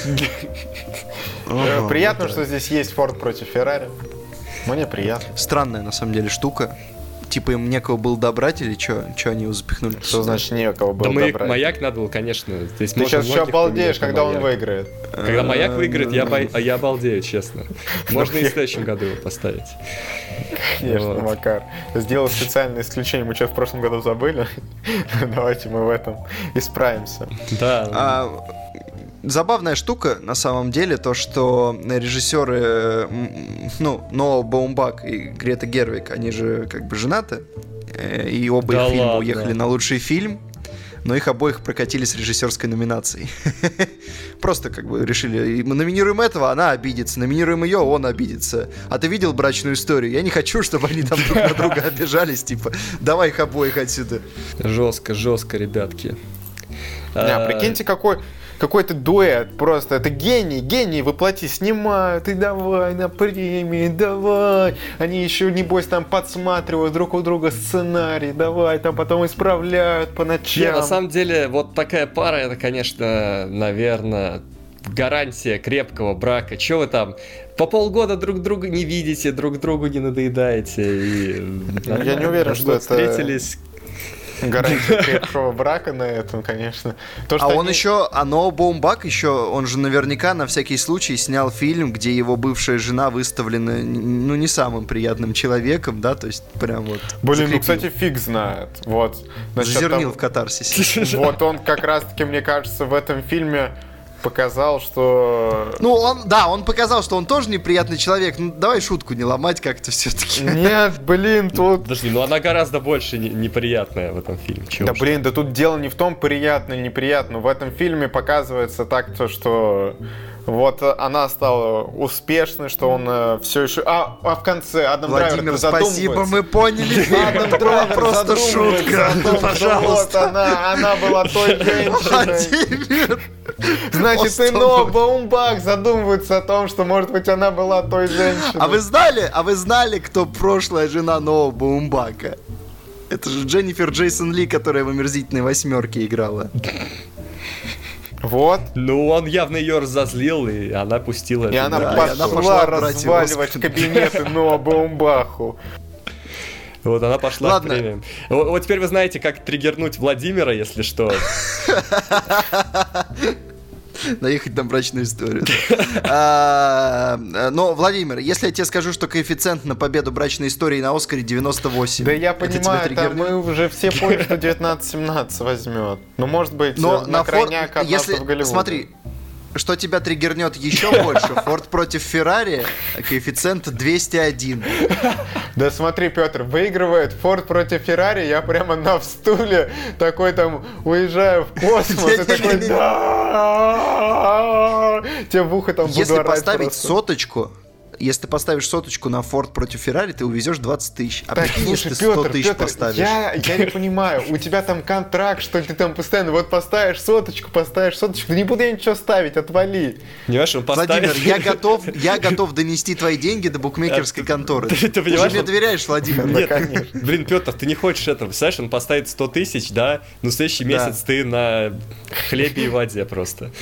[SPEAKER 2] Приятно, что здесь есть Форд против Феррари. Мне приятно.
[SPEAKER 3] Странная, на самом деле, штука. Типа им некого было добрать или что? Что они его запихнули?
[SPEAKER 2] Что значит некого было добрать?
[SPEAKER 1] Маяк надо было, конечно.
[SPEAKER 2] Ты сейчас еще обалдеешь, когда он выиграет.
[SPEAKER 1] Когда Маяк выиграет, я обалдею, честно. Можно и в следующем году его поставить.
[SPEAKER 2] Конечно, Макар. Сделал специальное исключение. Мы что, в прошлом году забыли? Давайте мы в этом исправимся.
[SPEAKER 1] Да.
[SPEAKER 3] Забавная штука, на самом деле, то, что режиссеры, Ноа Баумбак и Грета Гервиг, они же женаты, и оба их фильма уехали на лучший фильм, но их обоих прокатили с режиссерской номинацией. Просто решили, мы номинируем этого, она обидится, номинируем ее, он обидится. А ты видел «Брачную историю»? Я не хочу, чтобы они там друг на друга обижались, типа, давай их обоих отсюда.
[SPEAKER 1] Жестко, ребятки.
[SPEAKER 2] Прикиньте, какой-то дуэт, просто это гений воплоти, снимают, и давай на премии, давай. Они еще, небось, там подсматривают друг у друга сценарий, давай, там потом исправляют по ночам.
[SPEAKER 1] На самом деле, вот такая пара, это, конечно, наверное, гарантия крепкого брака. Че вы там по полгода друг друга не видите, друг другу не надоедаете?
[SPEAKER 2] Я не уверен, что это...
[SPEAKER 1] встретились...
[SPEAKER 2] Гарантия крепкого брака на этом, конечно.
[SPEAKER 3] Ноа Баумбак еще, он же наверняка на всякий случай снял фильм, где его бывшая жена выставлена, не самым приятным человеком, да, то есть прям вот...
[SPEAKER 2] Блин, кстати, фиг знает.
[SPEAKER 3] Зазернил в катарсисе.
[SPEAKER 2] Вот он как раз-таки, мне кажется, в этом фильме показал, что...
[SPEAKER 3] он показал, что он тоже неприятный человек. Давай шутку не ломать как-то все-таки.
[SPEAKER 2] Нет, тут...
[SPEAKER 1] Подожди, она гораздо больше неприятная в этом фильме.
[SPEAKER 2] Тут дело не в том, приятно или неприятно. В этом фильме показывается так-то, что Вот она стала успешной, что он все еще... А в конце Адам
[SPEAKER 3] Владимир,
[SPEAKER 2] Драйвер задумывается.
[SPEAKER 3] спасибо, мы поняли.
[SPEAKER 2] Адам
[SPEAKER 3] Это была
[SPEAKER 2] Драйвер
[SPEAKER 3] просто
[SPEAKER 2] задумывается
[SPEAKER 3] шутка.
[SPEAKER 2] о том, что
[SPEAKER 3] Пожалуйста.
[SPEAKER 2] вот она была той женщиной.
[SPEAKER 3] Владимир.
[SPEAKER 2] Значит, и Ноа Баумбах задумывается о том, что, может быть, она была той женщиной.
[SPEAKER 3] А вы знали, кто прошлая жена Ноа Баумбака? Это же Дженнифер Джейсон Ли, которая в «Омерзительной восьмерке» играла.
[SPEAKER 2] Вот.
[SPEAKER 1] Ну, он явно ее разозлил, и она пустила.
[SPEAKER 2] И она
[SPEAKER 3] Да, и она
[SPEAKER 2] пошла
[SPEAKER 3] пошла брать
[SPEAKER 2] разваливать
[SPEAKER 3] его.
[SPEAKER 2] кабинеты Ноа Баумбаху.
[SPEAKER 1] Вот она пошла
[SPEAKER 3] Ладно.
[SPEAKER 1] к премиям. Вот теперь вы знаете, как триггернуть Владимира, если что.
[SPEAKER 3] Наехать на брачную историю. Но, Владимир, если я тебе скажу, что коэффициент на победу брачной истории на Оскаре 98.
[SPEAKER 2] Да я
[SPEAKER 3] это тебя
[SPEAKER 2] понимаю, там
[SPEAKER 3] триггернет?
[SPEAKER 2] мы уже все поняли, что 19-17 возьмет. Ну, может быть,
[SPEAKER 3] Но
[SPEAKER 2] на крайняк однажды
[SPEAKER 3] если,
[SPEAKER 2] в Голливуде.
[SPEAKER 3] смотри, что тебя триггернет еще больше, Форд против Феррари, коэффициент 201.
[SPEAKER 2] Да смотри, Петр, выигрывает Форд против Феррари, я прямо на стуле такой там уезжаю в космос и такой да, тебе в ухо там буду
[SPEAKER 3] Если
[SPEAKER 2] орать
[SPEAKER 3] поставить
[SPEAKER 2] просто.
[SPEAKER 3] соточку, если ты поставишь соточку на Форд против Феррари, ты увезешь 20 тысяч. А
[SPEAKER 2] Так,
[SPEAKER 3] прикинь,
[SPEAKER 2] слушай,
[SPEAKER 3] если ты 100
[SPEAKER 2] Петр,
[SPEAKER 3] тысяч поставишь.
[SPEAKER 2] я не понимаю, у тебя там контракт, что ты там постоянно, вот поставишь соточку, да не буду я ничего ставить, отвали.
[SPEAKER 1] Понимаешь, он поставит...
[SPEAKER 3] Владимир, я готов донести твои деньги до букмекерской конторы.
[SPEAKER 1] Ты
[SPEAKER 3] Ты же
[SPEAKER 1] понимаешь,
[SPEAKER 3] мне
[SPEAKER 1] он-
[SPEAKER 3] доверяешь, Владимир?
[SPEAKER 1] Нет,
[SPEAKER 2] конечно.
[SPEAKER 1] блин, Петр, ты не хочешь этого. Представляешь, он поставит 100 тысяч, да, но в следующий
[SPEAKER 3] Да.
[SPEAKER 1] месяц ты на хлебе и воде просто.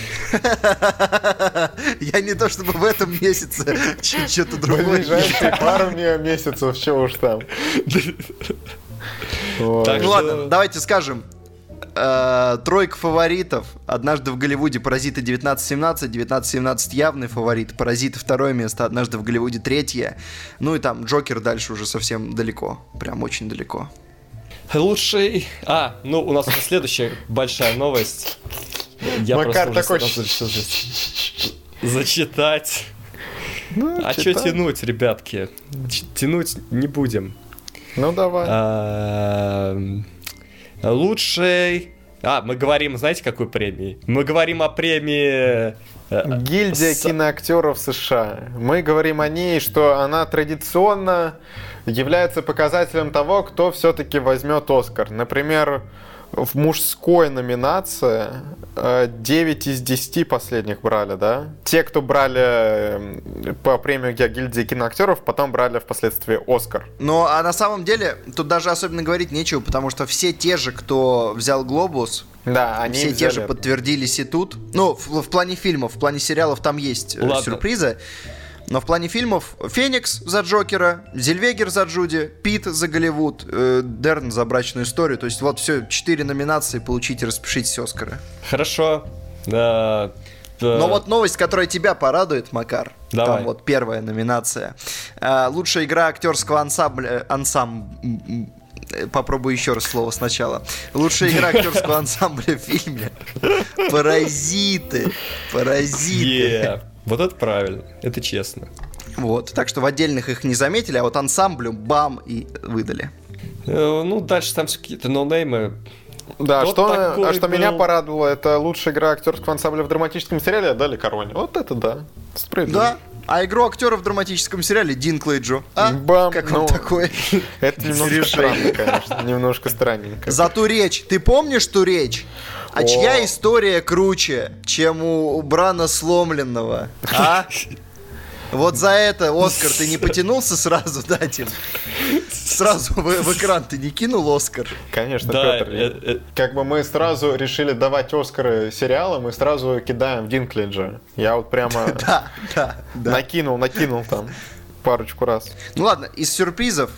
[SPEAKER 3] Я не то чтобы в этом месяце что-то другое.
[SPEAKER 2] Ближайшие пару месяцев, что уж там. Ой.
[SPEAKER 1] Так
[SPEAKER 3] Ну
[SPEAKER 1] что-
[SPEAKER 3] ладно, давайте скажем. Тройка фаворитов. «Однажды в Голливуде» «Паразиты» 1917, 1917 явный фаворит, «Паразиты» второе место, «Однажды в Голливуде» третье. Ну и там «Джокер» дальше уже совсем далеко, прям очень далеко.
[SPEAKER 1] Лучший... ну у нас уже следующая большая новость. Я
[SPEAKER 2] Макар
[SPEAKER 1] просто
[SPEAKER 2] такой...
[SPEAKER 1] уже сразу решил зачитать.
[SPEAKER 2] Ну,
[SPEAKER 1] А что
[SPEAKER 2] читай.
[SPEAKER 1] тянуть, ребятки? Тянуть не будем.
[SPEAKER 2] Ну, давай.
[SPEAKER 1] Лучший... мы говорим, знаете, какой премии? Мы говорим о премии...
[SPEAKER 2] Гильдия киноактеров США. Мы говорим о ней, что она традиционно является показателем того, кто все-таки возьмет Оскар. Например, в мужской номинации 9 из 10 последних брали, да? Те, кто брали по премию гильдии киноактеров, потом брали впоследствии Оскар.
[SPEAKER 3] Ну, а на самом деле, тут даже особенно говорить нечего, потому что все те же, кто взял «Глобус»,
[SPEAKER 2] Да, они
[SPEAKER 3] все те же
[SPEAKER 2] взяли.
[SPEAKER 3] подтвердились и тут. Ну, в плане фильмов, в плане сериалов там есть
[SPEAKER 1] Ладно.
[SPEAKER 3] сюрпризы. Но в плане фильмов Феникс за Джокера, Зельвегер за Джуди, Пит за Голливуд, Дерн за брачную историю. То есть вот все, 4 номинации, получите, распишитесь Оскара.
[SPEAKER 1] Хорошо. Да.
[SPEAKER 3] Но вот новость, которая тебя порадует, Макар.
[SPEAKER 1] Давай.
[SPEAKER 3] Там вот первая номинация. Лучшая игра актерского ансамбля... Попробую еще раз слово сначала. Лучшая игра актерского ансамбля в фильме. Паразиты. Паразиты.
[SPEAKER 1] Вот это правильно, это честно.
[SPEAKER 3] Вот. Так что в отдельных их не заметили, а вот ансамблю бам и выдали.
[SPEAKER 1] Ну, дальше там все какие-то ноунеймы.
[SPEAKER 2] Да,
[SPEAKER 1] Кто такой
[SPEAKER 2] что меня
[SPEAKER 1] был?
[SPEAKER 2] порадовало, это лучшая игра актерского ансамбля в драматическом сериале отдали Короне. Вот это да. Справедливо.
[SPEAKER 3] Да. А игру актера в драматическом сериале Динклейджу. А?
[SPEAKER 2] Бам,
[SPEAKER 3] Как вам
[SPEAKER 2] ну,
[SPEAKER 3] такое?
[SPEAKER 2] Это немножко странно, конечно. Немножко странненько.
[SPEAKER 3] За ту речь. Ты помнишь ту речь? А чья история круче, чем у Брана Сломленного? А? Вот за это, Оскар, ты не потянулся сразу дать им? Сразу в экран ты не кинул Оскар?
[SPEAKER 2] Конечно,
[SPEAKER 1] Да,
[SPEAKER 2] Петр. Как бы мы сразу решили давать Оскары сериалам, мы сразу кидаем в Динклейджа. Я вот прямо
[SPEAKER 3] Да.
[SPEAKER 2] накинул там парочку раз.
[SPEAKER 3] Ну ладно, из сюрпризов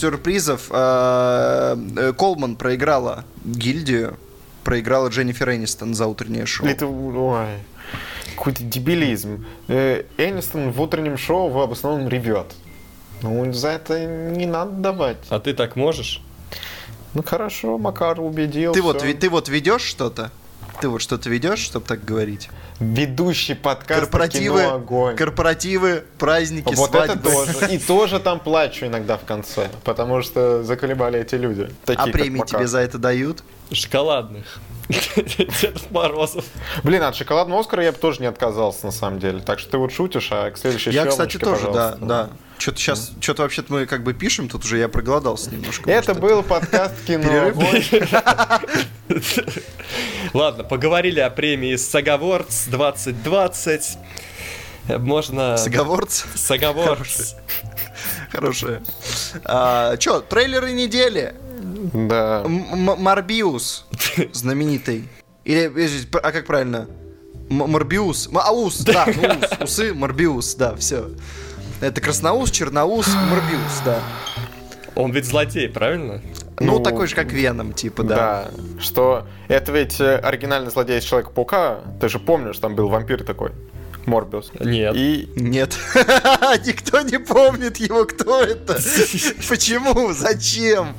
[SPEAKER 3] Колман проиграла гильдию, проиграла Дженнифер Энистон за утреннее шоу.
[SPEAKER 2] Это, ой, какой-то дебилизм. Энистон в утреннем шоу в основном ревет. Ну, за это не надо давать.
[SPEAKER 1] А ты так можешь?
[SPEAKER 2] Ну, хорошо, Макар убедил.
[SPEAKER 3] Ты
[SPEAKER 2] всё.
[SPEAKER 3] вот ведешь что-то? Ты вот что-то ведешь, чтобы так говорить?
[SPEAKER 2] Ведущий подкаста
[SPEAKER 3] Корпоративы,
[SPEAKER 2] «Кино Огонь».
[SPEAKER 3] корпоративы, праздники,
[SPEAKER 2] Вот
[SPEAKER 3] свадьбы.
[SPEAKER 2] это тоже. И тоже там плачу иногда в конце, потому что заколебали эти люди.
[SPEAKER 3] А
[SPEAKER 2] Такие, как
[SPEAKER 3] премии
[SPEAKER 2] Макар.
[SPEAKER 3] тебе за это дают?
[SPEAKER 1] Шоколадных. Дедов Морозов.
[SPEAKER 2] Блин, от шоколадного Оскара я бы тоже не отказался, на самом деле. Так что ты вот шутишь, а к следующей
[SPEAKER 3] Я, кстати,
[SPEAKER 2] съемочке,
[SPEAKER 3] тоже, да,
[SPEAKER 2] пожалуйста.
[SPEAKER 3] да. Что-то сейчас, что-то вообще-то мы как бы пишем, тут уже я проголодался немножко.
[SPEAKER 2] Это
[SPEAKER 3] может,
[SPEAKER 2] был подкаст «Кино
[SPEAKER 3] Перерыв?
[SPEAKER 2] Огонь».
[SPEAKER 1] Ладно, поговорили о премии Сагавордс 2020. Можно...
[SPEAKER 3] Сагавордс?
[SPEAKER 1] Сагавордс.
[SPEAKER 3] Хорошее. Че, трейлеры недели?
[SPEAKER 2] Да.
[SPEAKER 3] Морбиус знаменитый. Или, а как правильно? Морбиус. Ус, да, ну, усы, Морбиус, да, все. Это красноус, черноус, Морбиус, да.
[SPEAKER 1] Он ведь злодей, правильно?
[SPEAKER 3] Ну,
[SPEAKER 2] Ну,
[SPEAKER 3] такой же, как Веном, типа, да.
[SPEAKER 2] Да. Что это ведь оригинальный злодей из Человека-паука. Ты же помнишь, там был вампир такой. Морбиус.
[SPEAKER 1] Нет.
[SPEAKER 2] И
[SPEAKER 3] Нет. Никто не помнит его, кто это. Почему? Зачем?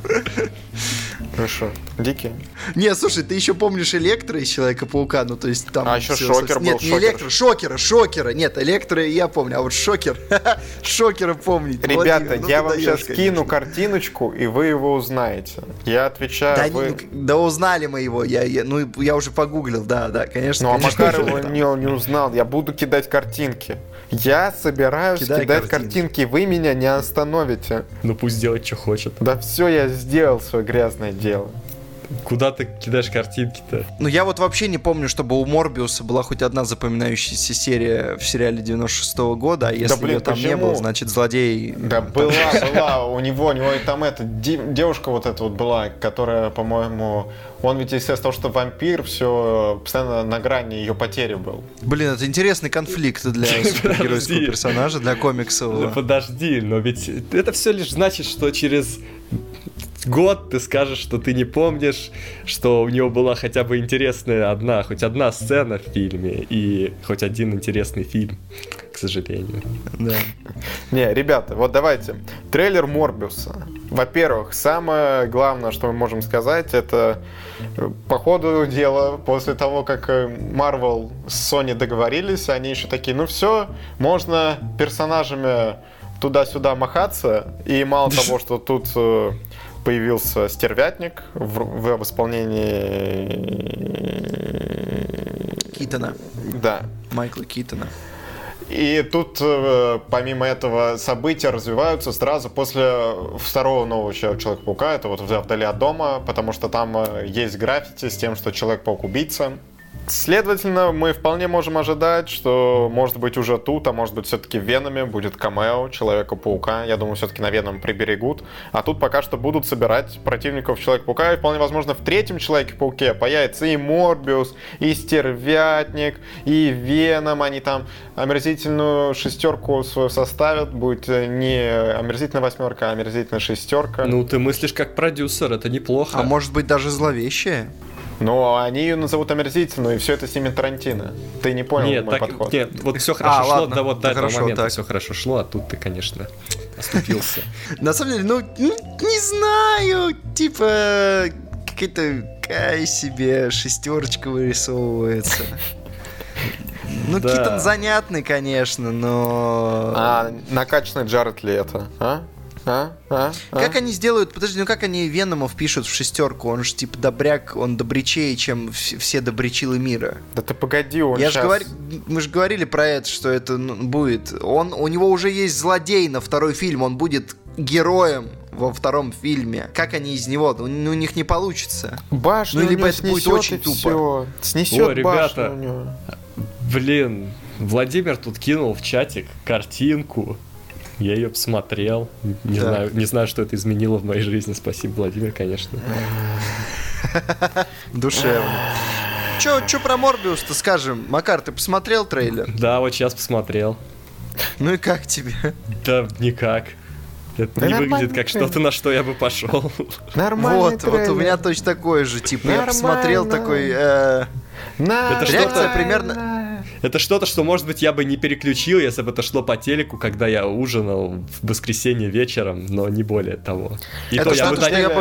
[SPEAKER 2] ну что, дикий?
[SPEAKER 3] Не, слушай, ты еще помнишь Электро из Человека-паука, ну то есть там...
[SPEAKER 2] А еще
[SPEAKER 3] всё
[SPEAKER 2] Шокер
[SPEAKER 3] совсем-
[SPEAKER 2] был,
[SPEAKER 3] Нет, не
[SPEAKER 2] Шокер.
[SPEAKER 3] Электро, Шокера. Нет, Электро я помню, а вот Шокер... Шокера помнить.
[SPEAKER 2] Ребята,
[SPEAKER 3] Владимир, ну
[SPEAKER 2] я
[SPEAKER 3] ты
[SPEAKER 2] вам
[SPEAKER 3] даёшь,
[SPEAKER 2] сейчас кину
[SPEAKER 3] конечно.
[SPEAKER 2] картиночку, и вы его узнаете. Я отвечаю,
[SPEAKER 3] Да,
[SPEAKER 2] вы...
[SPEAKER 3] да узнали мы его, я уже погуглил, да, конечно.
[SPEAKER 2] Ну, а
[SPEAKER 3] конечно,
[SPEAKER 2] Макар его
[SPEAKER 3] там.
[SPEAKER 2] не узнал. Я буду кидать картинки. Я собираюсь
[SPEAKER 3] Кидай
[SPEAKER 2] кидать
[SPEAKER 3] картинки.
[SPEAKER 2] картинки. Вы меня не остановите.
[SPEAKER 1] Ну пусть делает, что хочет.
[SPEAKER 2] Да все, я сделал свое грязное дело.
[SPEAKER 1] Куда ты кидаешь картинки-то?
[SPEAKER 3] Ну, я вот вообще не помню, чтобы у Морбиуса была хоть одна запоминающаяся серия в сериале 96-го года, а если
[SPEAKER 2] блин,
[SPEAKER 3] ее там не
[SPEAKER 2] почему?
[SPEAKER 3] было, значит, злодей...
[SPEAKER 2] Да была, у него и там эта девушка вот эта вот была, которая, по-моему, он ведь из-за того, что вампир, все постоянно на грани ее потери был.
[SPEAKER 3] Блин, это интересный конфликт для супергеройского
[SPEAKER 1] Подожди.
[SPEAKER 3] персонажа, для комиксового.
[SPEAKER 1] Ну, подожди, но ведь это все лишь значит, что через год ты скажешь, что ты не помнишь, что у него была хотя бы интересная хоть одна сцена в фильме и хоть один интересный фильм, к сожалению.
[SPEAKER 3] Да.
[SPEAKER 2] Не, ребята, вот давайте. Трейлер Морбиуса. Во-первых, самое главное, что мы можем сказать, это по ходу дела, после того, как Marvel с Sony договорились, они еще такие, ну все, можно персонажами туда-сюда махаться, и мало того, что тут появился Стервятник в исполнении...
[SPEAKER 3] Китона.
[SPEAKER 2] Да.
[SPEAKER 3] Майкла Китона.
[SPEAKER 2] И тут, помимо этого, события развиваются сразу после второго нового Человека-паука, это вот «Вдали от дома», потому что там есть граффити с тем, что Человек-паук убийца. Следовательно, мы вполне можем ожидать, что, может быть, уже тут, а может быть, все-таки в Веноме будет камео Человека-паука. Я думаю, все-таки на Веном приберегут. А тут пока что будут собирать противников Человека-паука. И вполне возможно, в третьем Человеке-пауке появится и Морбиус, и Стервятник, и Веном. Они там омерзительную шестерку свою составят. Будет не омерзительная восьмерка, а омерзительная шестерка.
[SPEAKER 1] Ну, ты мыслишь как продюсер, это неплохо.
[SPEAKER 3] А может быть даже зловещее?
[SPEAKER 2] Но они ее назовут омерзительную, и все это снимет Тарантино. Ты не понял
[SPEAKER 1] Нет,
[SPEAKER 2] мой
[SPEAKER 1] так,
[SPEAKER 2] подход?
[SPEAKER 1] нет, вот все хорошо шло,
[SPEAKER 3] ладно.
[SPEAKER 1] да вот до
[SPEAKER 3] Да
[SPEAKER 1] этого
[SPEAKER 3] хорошо,
[SPEAKER 1] момента
[SPEAKER 3] так.
[SPEAKER 1] все хорошо шло, а тут ты, конечно, оступился.
[SPEAKER 3] На самом деле, ну, не знаю, типа, какая себе шестерочка вырисовывается. Ну,
[SPEAKER 1] Да.
[SPEAKER 3] Китон занятный, конечно, но...
[SPEAKER 2] А накачанный Джаред ли это?
[SPEAKER 3] Как они сделают, подожди, ну как они Веномов пишут в шестерку? Он же типа добряк, он добрячее, чем все добрячилы мира.
[SPEAKER 2] Да ты погоди, он
[SPEAKER 3] Я
[SPEAKER 2] сейчас...
[SPEAKER 3] же мы же говорили про это, что это будет. У него уже есть злодей на второй фильм, он будет героем во втором фильме. Как они из него? Ну, у них не получится.
[SPEAKER 2] Башню
[SPEAKER 3] Ну,
[SPEAKER 2] у
[SPEAKER 3] либо
[SPEAKER 2] него
[SPEAKER 3] это будет
[SPEAKER 2] снесет,
[SPEAKER 3] очень
[SPEAKER 2] и
[SPEAKER 3] тупо.
[SPEAKER 2] всё. Снесет
[SPEAKER 1] О, ребята.
[SPEAKER 2] башню у него.
[SPEAKER 1] Блин, Владимир тут кинул в чатик картинку. Я ее посмотрел. Не знаю, что это изменило в моей жизни. Спасибо, Владимир, конечно.
[SPEAKER 3] Душевно. Че про Морбиус-то скажем? Макар, ты посмотрел трейлер?
[SPEAKER 1] Да, вот сейчас посмотрел.
[SPEAKER 3] Ну и как тебе?
[SPEAKER 1] Да никак. Это
[SPEAKER 2] Да
[SPEAKER 1] не
[SPEAKER 2] нормально
[SPEAKER 1] выглядит как
[SPEAKER 2] трейлер.
[SPEAKER 1] что-то, на что я бы пошел.
[SPEAKER 2] Нормальный
[SPEAKER 3] Вот у
[SPEAKER 2] трейлер.
[SPEAKER 3] меня точно такое же. Типа, я посмотрел
[SPEAKER 2] Нормально.
[SPEAKER 3] такой...
[SPEAKER 1] Это
[SPEAKER 3] Реакция
[SPEAKER 1] что-то-
[SPEAKER 3] примерно...
[SPEAKER 1] Это что-то, что, может быть, я бы не переключил, если бы это шло по телеку, когда я ужинал в воскресенье вечером, но не более того. И
[SPEAKER 3] Это
[SPEAKER 1] то я бы
[SPEAKER 3] что-то, что
[SPEAKER 1] дал-
[SPEAKER 3] я бы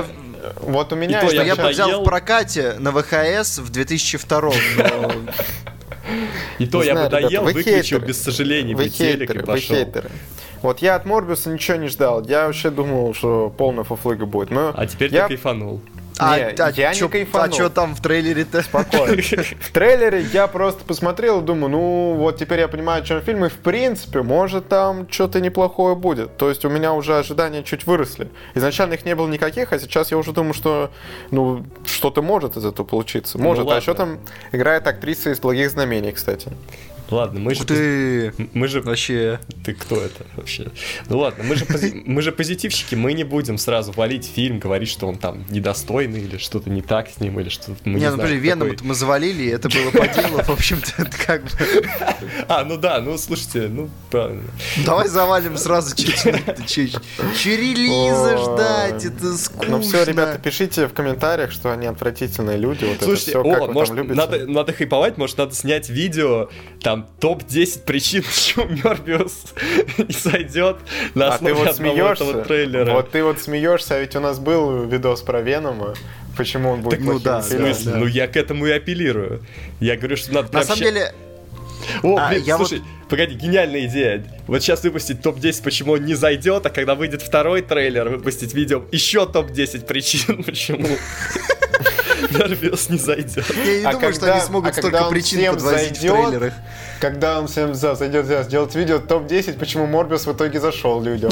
[SPEAKER 2] Вот у меня...
[SPEAKER 1] И то
[SPEAKER 3] Что я
[SPEAKER 1] подоел.
[SPEAKER 3] взял в прокате на ВХС в 2002, но...
[SPEAKER 1] И то
[SPEAKER 2] Не
[SPEAKER 1] я
[SPEAKER 2] знаю,
[SPEAKER 1] бы доел,
[SPEAKER 2] ребята, вы
[SPEAKER 1] выключил
[SPEAKER 2] хейтеры.
[SPEAKER 1] без сожалений,
[SPEAKER 2] Вы
[SPEAKER 1] бы телек и
[SPEAKER 2] хейтеры, вы
[SPEAKER 1] пошел.
[SPEAKER 2] хейтеры. Вот я от Морбиуса ничего не ждал. Я вообще думал, что полная фуфлыга будет. Но
[SPEAKER 1] А теперь
[SPEAKER 2] я...
[SPEAKER 1] ты кайфанул.
[SPEAKER 2] я не кайфанул.
[SPEAKER 3] А что там в трейлере-то?
[SPEAKER 2] Спокойно. В трейлере я просто посмотрел и думаю, ну вот теперь я понимаю, о чем фильм, и в принципе, может там что-то неплохое будет. То есть у меня уже ожидания чуть выросли. Изначально их не было никаких, а сейчас я уже думаю, что ну что-то может из этого получиться. Может, а еще
[SPEAKER 1] ладно.
[SPEAKER 2] там играет актриса из «Благих знамений», кстати.
[SPEAKER 1] Ладно, мы же... Мы же...
[SPEAKER 3] Вообще...
[SPEAKER 1] Ты кто это вообще? Ну ладно, мы же позитивщики, мы не будем сразу валить фильм, говорить, что он там недостойный, или что-то не так с ним, или что-то мы
[SPEAKER 3] Не,
[SPEAKER 1] не
[SPEAKER 3] ну подожди,
[SPEAKER 1] знаем,
[SPEAKER 3] Веном
[SPEAKER 1] какой.
[SPEAKER 3] мы завалили, это было по делу, в общем-то, это как бы...
[SPEAKER 1] А, ну да, ну слушайте, ну правильно.
[SPEAKER 3] Давай завалим сразу чуть релиза
[SPEAKER 2] Ой.
[SPEAKER 3] ждать, это скучно.
[SPEAKER 2] Ну все, ребята, пишите в комментариях, что они отвратительные люди. Вот
[SPEAKER 1] Слушайте,
[SPEAKER 2] это все, как вы
[SPEAKER 1] может,
[SPEAKER 2] там любите.
[SPEAKER 1] надо хайповать, может, надо снять видео, там, топ-10 причин, почему Морбиус не сойдет на
[SPEAKER 2] А ты
[SPEAKER 1] основе
[SPEAKER 2] вот
[SPEAKER 1] одного этого
[SPEAKER 2] смеешься,
[SPEAKER 1] трейлера.
[SPEAKER 2] вот ты вот смеешься, а ведь у нас был видос про Венома, почему он будет
[SPEAKER 3] Так, ну
[SPEAKER 2] плохим
[SPEAKER 3] да,
[SPEAKER 1] В
[SPEAKER 2] фильмом.
[SPEAKER 1] смысле?
[SPEAKER 3] да.
[SPEAKER 1] Ну я к этому и апеллирую. Я говорю, что надо
[SPEAKER 3] На
[SPEAKER 1] прям
[SPEAKER 3] самом
[SPEAKER 1] ща-
[SPEAKER 3] деле,
[SPEAKER 1] О,
[SPEAKER 3] А,
[SPEAKER 1] блин,
[SPEAKER 3] я
[SPEAKER 1] слушай, погоди, гениальная идея. Вот сейчас выпустить топ-10, почему он не зайдет, а когда выйдет второй трейлер, выпустить видео еще топ-10 причин, почему Морбиус не зайдет.
[SPEAKER 3] я не
[SPEAKER 2] А
[SPEAKER 3] думаю, что
[SPEAKER 2] когда-
[SPEAKER 3] они смогут
[SPEAKER 2] когда
[SPEAKER 3] столько
[SPEAKER 2] он
[SPEAKER 3] причин
[SPEAKER 2] всем
[SPEAKER 3] подвозить в
[SPEAKER 2] зайдет,
[SPEAKER 3] трейлерах.
[SPEAKER 2] Когда он всем зайдет сделать видео топ-10, почему Морбиус в итоге зашел людям.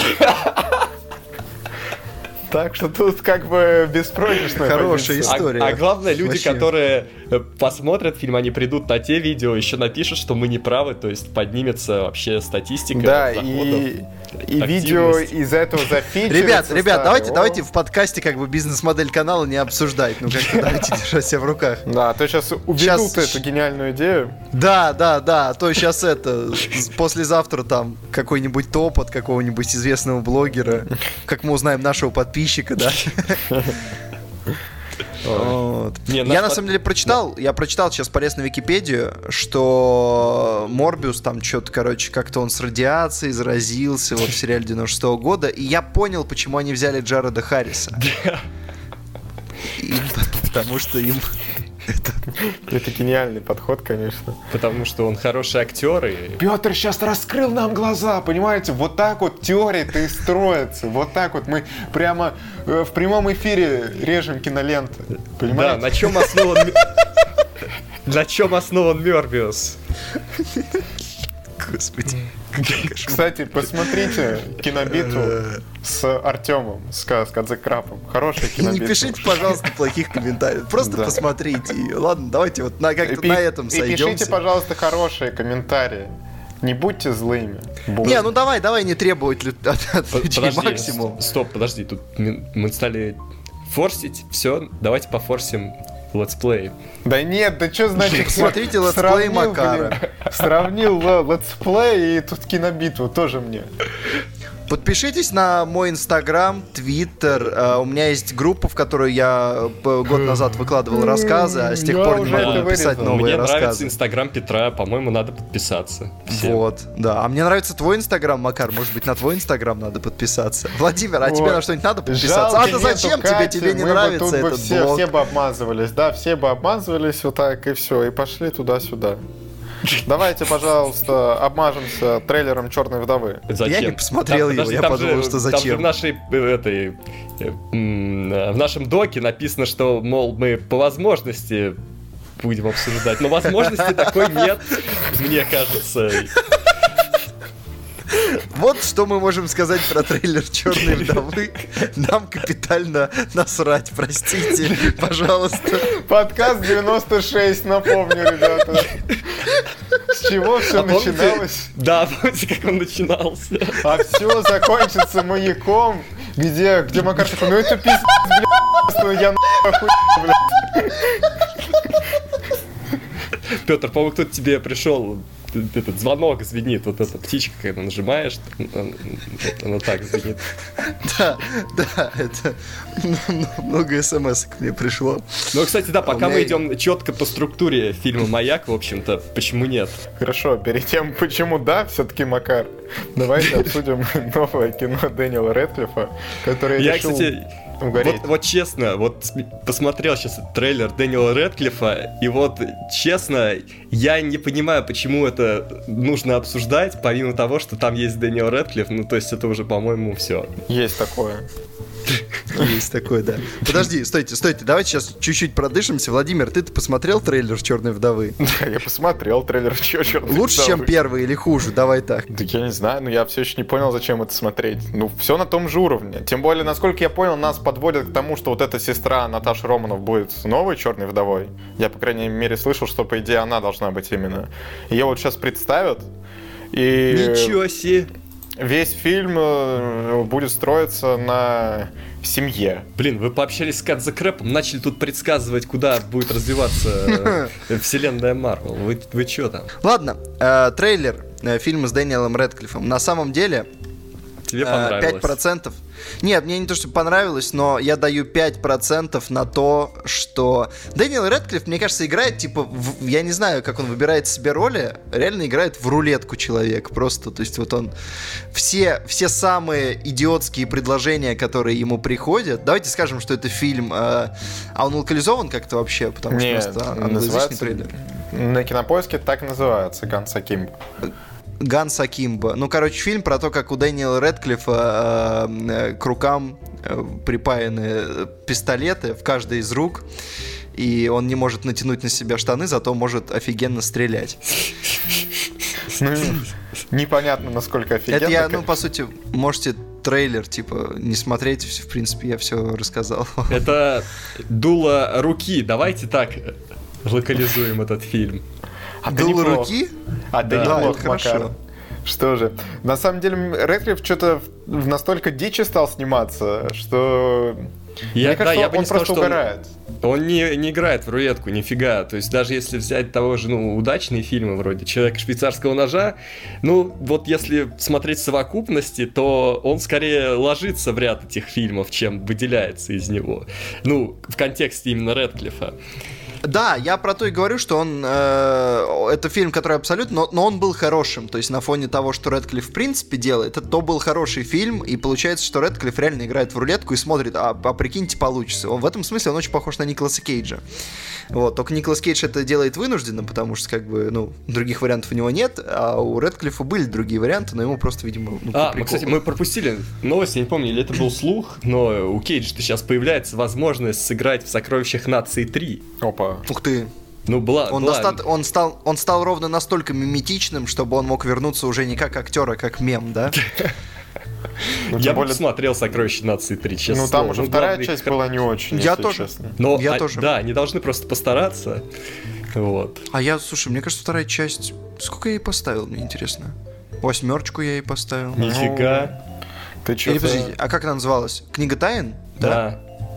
[SPEAKER 2] Так что тут как бы беспроигрышная
[SPEAKER 3] Хорошая
[SPEAKER 2] позиция.
[SPEAKER 3] история.
[SPEAKER 1] А главное, люди,
[SPEAKER 3] Вообще.
[SPEAKER 1] которые посмотрят фильм, они придут на те видео, еще напишут, что мы не правы, то есть поднимется вообще статистика
[SPEAKER 2] Да,
[SPEAKER 1] заходов.
[SPEAKER 2] и видео
[SPEAKER 1] активность.
[SPEAKER 2] из этого зафичерится.
[SPEAKER 3] Ребят,
[SPEAKER 2] старое.
[SPEAKER 3] давайте в подкасте как бы бизнес-модель канала не обсуждать. Ну как-то давайте держать себя в руках.
[SPEAKER 2] Да, а то сейчас уведут
[SPEAKER 3] Щас-
[SPEAKER 2] эту гениальную идею.
[SPEAKER 3] Да, а то сейчас послезавтра там какой-нибудь топ от какого-нибудь известного блогера, как мы узнаем нашего подписчика, да. Вот.
[SPEAKER 1] Не, наш
[SPEAKER 3] Я на
[SPEAKER 1] под-
[SPEAKER 3] самом деле прочитал, я прочитал сейчас полез на Википедию, что Морбиус там что-то, короче, как-то он с радиацией заразился вот в сериале 96-го года, и я понял, почему они взяли Джареда Харриса. И потому что им...
[SPEAKER 2] Это гениальный подход, конечно.
[SPEAKER 1] Потому что он хороший актер и...
[SPEAKER 2] Петр сейчас раскрыл нам глаза, понимаете? Вот так вот теория-то и строится. Вот так вот мы прямо в прямом эфире режем киноленты.
[SPEAKER 1] Да,
[SPEAKER 2] Понимаете?
[SPEAKER 1] на чем основан... На чем основан Морбиус?
[SPEAKER 3] Господи.
[SPEAKER 2] Кстати, посмотрите кинобитву с Артемом, с Кадзекрапом. Хорошая
[SPEAKER 3] И
[SPEAKER 2] кинобитва.
[SPEAKER 3] не пишите, пожалуйста, плохих комментариев. Просто
[SPEAKER 2] Да.
[SPEAKER 3] посмотрите. И ладно, давайте вот на, как-то на этом
[SPEAKER 2] И пишите,
[SPEAKER 3] сойдемся.
[SPEAKER 2] пожалуйста, хорошие комментарии. Не будьте злыми.
[SPEAKER 3] Не, ну давай не требовать от людей
[SPEAKER 1] Подожди,
[SPEAKER 3] максимум.
[SPEAKER 1] стоп, подожди, тут мы стали форсить, все, давайте пофорсим летсплей.
[SPEAKER 2] Да нет, да что значит...
[SPEAKER 3] Смотрите летсплей
[SPEAKER 2] сравнил,
[SPEAKER 3] Макара.
[SPEAKER 2] блин, Сравнил летсплей и тут кинобитву тоже мне.
[SPEAKER 3] Подпишитесь на мой инстаграм, твиттер. У меня есть группа, в которую я год назад выкладывал рассказы, а с тех
[SPEAKER 2] Я
[SPEAKER 3] пор не
[SPEAKER 2] уже
[SPEAKER 3] могу
[SPEAKER 2] это
[SPEAKER 3] написать
[SPEAKER 2] вырезал.
[SPEAKER 3] новые
[SPEAKER 1] Мне нравится
[SPEAKER 3] рассказы.
[SPEAKER 1] инстаграм Петра, по-моему, надо подписаться. Всем.
[SPEAKER 3] Вот, да. А мне нравится твой инстаграм, Макар. Может быть, на твой инстаграм надо подписаться. Владимир, а тебе
[SPEAKER 2] Вот.
[SPEAKER 3] на что-нибудь надо подписаться?
[SPEAKER 2] Жалко
[SPEAKER 3] А да
[SPEAKER 2] нету
[SPEAKER 3] зачем
[SPEAKER 2] Кати,
[SPEAKER 3] тебе не
[SPEAKER 2] мы бы
[SPEAKER 3] нравится
[SPEAKER 2] тут бы
[SPEAKER 3] этот
[SPEAKER 2] все,
[SPEAKER 3] блог?
[SPEAKER 2] все бы обмазывались, да, все бы обмазывались вот так и все, и пошли туда-сюда. Давайте, пожалуйста, обмажемся трейлером «Черной вдовы».
[SPEAKER 1] Зачем?
[SPEAKER 3] Я не посмотрел его, я подумал, что
[SPEAKER 1] Там же
[SPEAKER 3] зачем.
[SPEAKER 1] в нашей в нашем доке написано, что, мол, мы по возможности будем обсуждать. Но возможности такой нет, мне кажется.
[SPEAKER 3] Вот что мы можем сказать про трейлер «Черной вдовы». Нам капитально насрать, простите, пожалуйста.
[SPEAKER 2] Подкаст 96, напомню, ребята. С чего все
[SPEAKER 1] А помните-
[SPEAKER 2] начиналось?
[SPEAKER 1] Да, помните, как он начинался?
[SPEAKER 2] А все закончится маяком, где Макар такой, ну это пиздец, блядь, ну я нахуй, блядь.
[SPEAKER 1] Петр, по-моему, кто-то тебе пришел, этот звонок звенит, вот эта птичка, когда нажимаешь, она так звенит.
[SPEAKER 3] Да, это много смс-ок мне пришло.
[SPEAKER 1] Ну, кстати, да, пока
[SPEAKER 3] у меня-
[SPEAKER 1] мы идем четко по структуре фильма «Маяк», в общем-то, почему нет?
[SPEAKER 2] Хорошо, перед тем, почему да, все-таки Макар. Давайте обсудим новое кино Дэниела Рэдклиффа, которое
[SPEAKER 1] Я,
[SPEAKER 2] решил
[SPEAKER 1] кстати,
[SPEAKER 2] угореть.
[SPEAKER 1] вот честно, вот посмотрел сейчас трейлер Дэниела Рэдклиффа, и вот честно, я не понимаю, почему это нужно обсуждать, помимо того, что там есть Дэниел Рэдклифф, ну то есть это уже, по-моему, все.
[SPEAKER 2] Есть такое.
[SPEAKER 3] Есть такое, да. Подожди, стойте, давайте сейчас чуть-чуть продышимся. Владимир, ты-то посмотрел трейлер «Черной вдовы»?
[SPEAKER 2] Да, я посмотрел трейлер «Черной вдовы».
[SPEAKER 3] Лучше, чем первый или хуже? Давай так.
[SPEAKER 2] Да я не знаю, но я все еще не понял, зачем это смотреть. Ну, все на том же уровне. Тем более, насколько я понял, нас подводят к тому, что вот эта сестра Наташи Романов будет новой черной вдовой. Я, по крайней мере, слышал, что, по идее, она должна быть именно. Ее вот сейчас представят, и...
[SPEAKER 1] Ничего себе!
[SPEAKER 2] Весь фильм будет строиться на семье.
[SPEAKER 1] Блин, вы пообщались с Кат Крэпом, начали тут предсказывать, куда будет развиваться вселенная Марвел. Вы чё там?
[SPEAKER 3] Ладно, трейлер фильма с Дэниелом Рэдклиффом. На самом деле...
[SPEAKER 1] Тебе понравилось?
[SPEAKER 3] 5%. Нет, мне не то, что понравилось, но я даю 5% на то, что Дэниел Рэдклифф, мне кажется, играет, типа, я не знаю, как он выбирает себе роли, реально играет в рулетку человек просто. То есть вот он все самые идиотские предложения, которые ему приходят, давайте скажем, что это фильм, а он локализован как-то вообще, потому что
[SPEAKER 2] Нет,
[SPEAKER 3] просто англоязычный трейлер.
[SPEAKER 2] На Кинопоиске так называется, Ганс Акимбо.
[SPEAKER 3] Ганс Акимбо. Ну, короче, фильм про то, как у Дэниела Рэдклиффа к рукам припаяны пистолеты в каждой из рук, и он не может натянуть на себя штаны, зато может офигенно стрелять.
[SPEAKER 2] Непонятно, насколько офигенно.
[SPEAKER 3] Это я, по сути, можете трейлер, типа, не смотреть, в принципе, я все рассказал.
[SPEAKER 1] Это дуло руки, давайте так локализуем этот фильм.
[SPEAKER 3] Дуло руки?
[SPEAKER 2] Да,
[SPEAKER 3] это хорошо.
[SPEAKER 2] Что же, на самом деле Рэдклифф что-то настолько дичи стал сниматься, что... Мне кажется, он просто угорает.
[SPEAKER 1] Он не играет в рулетку, нифига. То есть даже если взять того же, удачные фильмы вроде «Человека швейцарского ножа», вот если смотреть в совокупности, то он скорее ложится в ряд этих фильмов, чем выделяется из него. В контексте именно Рэдклиффа.
[SPEAKER 3] Да, я про то и говорю, что он... это фильм, который абсолютно... Но он был хорошим. То есть на фоне того, что Рэдклифф в принципе делает, это был хороший фильм, и получается, что Рэдклифф реально играет в рулетку и смотрит, а прикиньте, получится. В этом смысле он очень похож на Николаса Кейджа. Вот. Только Николас Кейдж это делает вынужденно, потому что, других вариантов у него нет, а у Рэдклиффа были другие варианты, но ему просто, видимо,
[SPEAKER 1] кстати, мы пропустили новость, я не помню, или это был слух, но у Кейджа сейчас появляется возможность сыграть в «Сокровищах нации 3».
[SPEAKER 2] Опа.
[SPEAKER 3] Ух ты. Он стал ровно настолько миметичным, чтобы он мог вернуться уже не как актер, а как мем, да?
[SPEAKER 1] Я бы посмотрел «Сокровища нации 3», честно.
[SPEAKER 2] Там уже вторая часть была не очень,
[SPEAKER 3] я тоже.
[SPEAKER 1] Я тоже. Да, они должны просто постараться. Вот.
[SPEAKER 3] Слушай, мне кажется, вторая часть... Сколько я ей поставил, мне интересно? 8 я ей поставил.
[SPEAKER 1] Нифига.
[SPEAKER 2] Ты чё?
[SPEAKER 3] Или, подождите, а как она называлась? «Книга тайн»?
[SPEAKER 1] Да.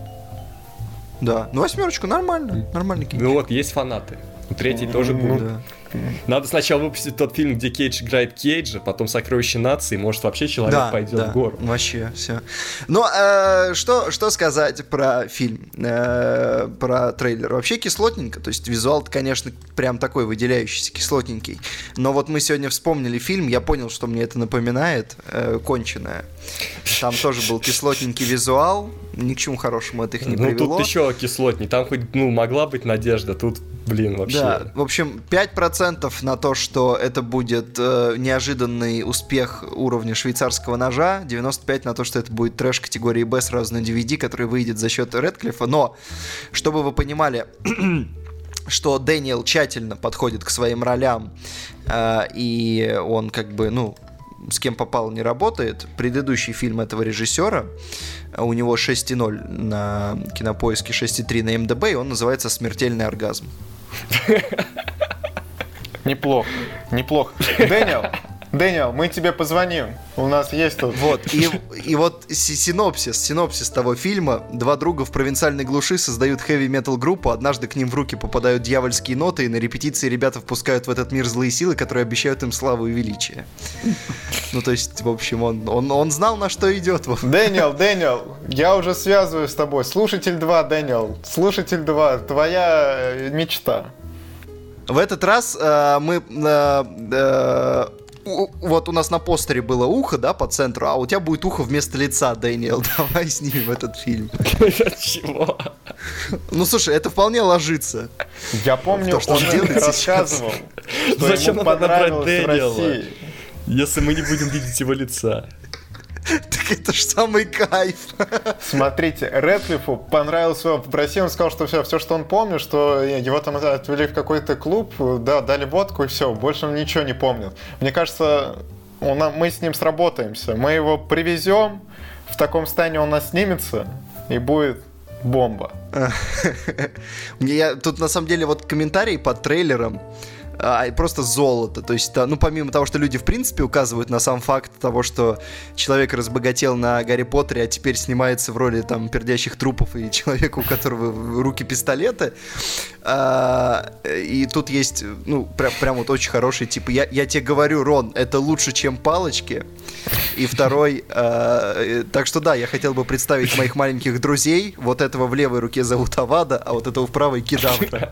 [SPEAKER 3] Да, 8 нормально, нормальный кино.
[SPEAKER 1] Есть фанаты. У третьей тоже будет.
[SPEAKER 3] Да.
[SPEAKER 1] Надо сначала выпустить тот фильм, где Кейдж играет Кейджа, потом «Сокровища нации», может, вообще человек пойдет в гору.
[SPEAKER 3] Вообще, все. Но что сказать про фильм, про трейлер? Вообще кислотненько, то есть визуал-то, конечно, прям такой выделяющийся, кислотненький. Но вот мы сегодня вспомнили фильм, я понял, что мне это напоминает, «Конченое». Там тоже был кислотненький визуал, ни к чему хорошему это их не привело.
[SPEAKER 1] Тут еще кислотней, там хоть, могла быть надежда, тут, вообще.
[SPEAKER 3] Да, в общем, 5% на то, что это будет неожиданный успех уровня швейцарского ножа, 95% на то, что это будет трэш категории Б сразу на DVD, который выйдет за счет Рэдклиффа. Но, чтобы вы понимали, что Дэниел тщательно подходит к своим ролям, и он с кем попал не работает. Предыдущий фильм этого режиссера, у него 6,0 на Кинопоиске, 6,3 на МДБ, и он называется «Смертельный оргазм».
[SPEAKER 2] Неплохо. Дэниел, мы тебе позвоним. У нас есть тут...
[SPEAKER 3] Вот, и вот синопсис того фильма. Два друга в провинциальной глуши создают хэви-метал группу. Однажды к ним в руки попадают дьявольские ноты, и на репетиции ребята впускают в этот мир злые силы, которые обещают им славу и величие. То есть, в общем, он знал, на что идет.
[SPEAKER 2] Дэниел, я уже связываюсь с тобой. Слушатель 2, Дэниел. Слушатель 2, твоя мечта.
[SPEAKER 3] В этот раз мы вот у нас на постере было ухо, да, по центру, а у тебя будет ухо вместо лица, Дэниел. Давай снимем этот фильм.
[SPEAKER 1] Чего?
[SPEAKER 3] Ну, слушай, это вполне ложится.
[SPEAKER 2] Я помню,
[SPEAKER 3] что он делает
[SPEAKER 2] рассказывал, что
[SPEAKER 1] Зачем
[SPEAKER 2] ему
[SPEAKER 1] надо брать
[SPEAKER 2] понравилось в
[SPEAKER 1] Дэниела,
[SPEAKER 2] России.
[SPEAKER 1] если мы не будем видеть его лица?
[SPEAKER 3] Так это ж самый кайф.
[SPEAKER 2] Смотрите, Рэдклиффу понравилось в России, он сказал, что все, что он помнит, что его там отвели в какой-то клуб, да, дали водку и все, больше он ничего не помнит. Мне кажется, мы с ним сработаемся, мы его привезем, в таком состоянии он нас снимется, и будет бомба.
[SPEAKER 3] Тут на самом деле вот комментарий под трейлером просто золото. То есть, ну, помимо того, что люди в принципе указывают на сам факт того, что человек разбогател на Гарри Поттере, а теперь снимается в роли там пердящих трупов и человека, у которого в руки пистолеты. И тут есть, ну, прям вот очень хороший, типа, я тебе говорю, Рон, это лучше, чем палочки. И второй, так что да, я хотел бы представить моих маленьких друзей. Вот этого в левой руке зовут Авада, а вот этого в правой Кедавра.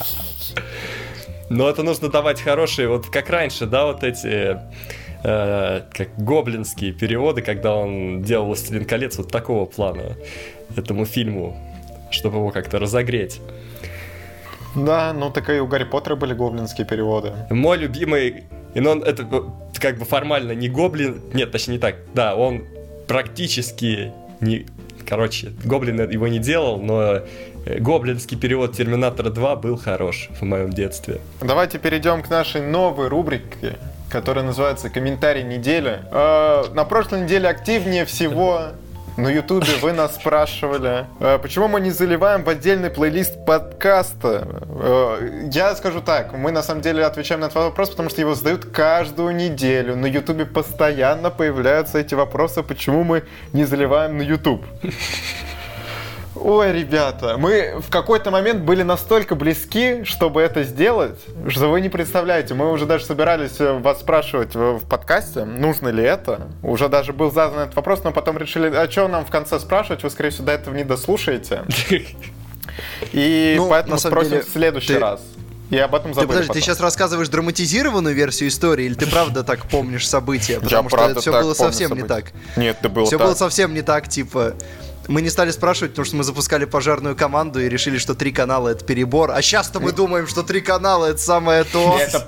[SPEAKER 1] Но это нужно давать хорошие, вот как раньше, да, вот эти как гоблинские переводы, когда он делал «Властелин колец», вот такого плана этому фильму, чтобы его как-то разогреть.
[SPEAKER 2] Да, ну так и у Гарри Поттера были гоблинские переводы.
[SPEAKER 1] Мой любимый, и он это как бы формально не гоблин, нет, точнее не так, да, он практически не, короче, гоблин его не делал, но гоблинский перевод «Терминатора 2» был хорош в моем детстве.
[SPEAKER 2] Давайте перейдем к нашей новой рубрике, которая называется «Комментарий недели». На прошлой неделе активнее всего на Ютубе вы нас спрашивали, почему мы не заливаем в отдельный плейлист подкаста. Я скажу так, мы на самом деле отвечаем на этот вопрос, потому что его задают каждую неделю. На Ютубе постоянно появляются эти вопросы, почему мы не заливаем на Ютуб. Ой, ребята, мы в какой-то момент были настолько близки, чтобы это сделать, что вы не представляете. Мы уже даже собирались вас спрашивать в подкасте, нужно ли это. Уже даже был задан этот вопрос, но потом решили, а что нам в конце спрашивать, вы, скорее всего, до этого не дослушаете. И поэтому спросим в следующий раз. И об этом забыли.
[SPEAKER 3] Подожди, ты сейчас рассказываешь драматизированную версию истории, или ты правда так помнишь события? Потому что это все было совсем не так.
[SPEAKER 2] Нет, это было так.
[SPEAKER 3] Все было совсем не так, типа... Мы не стали спрашивать, потому что мы запускали пожарную команду и решили, что 3 канала — это перебор. А сейчас-то мы думаем, что 3 канала — это самое то.
[SPEAKER 2] Это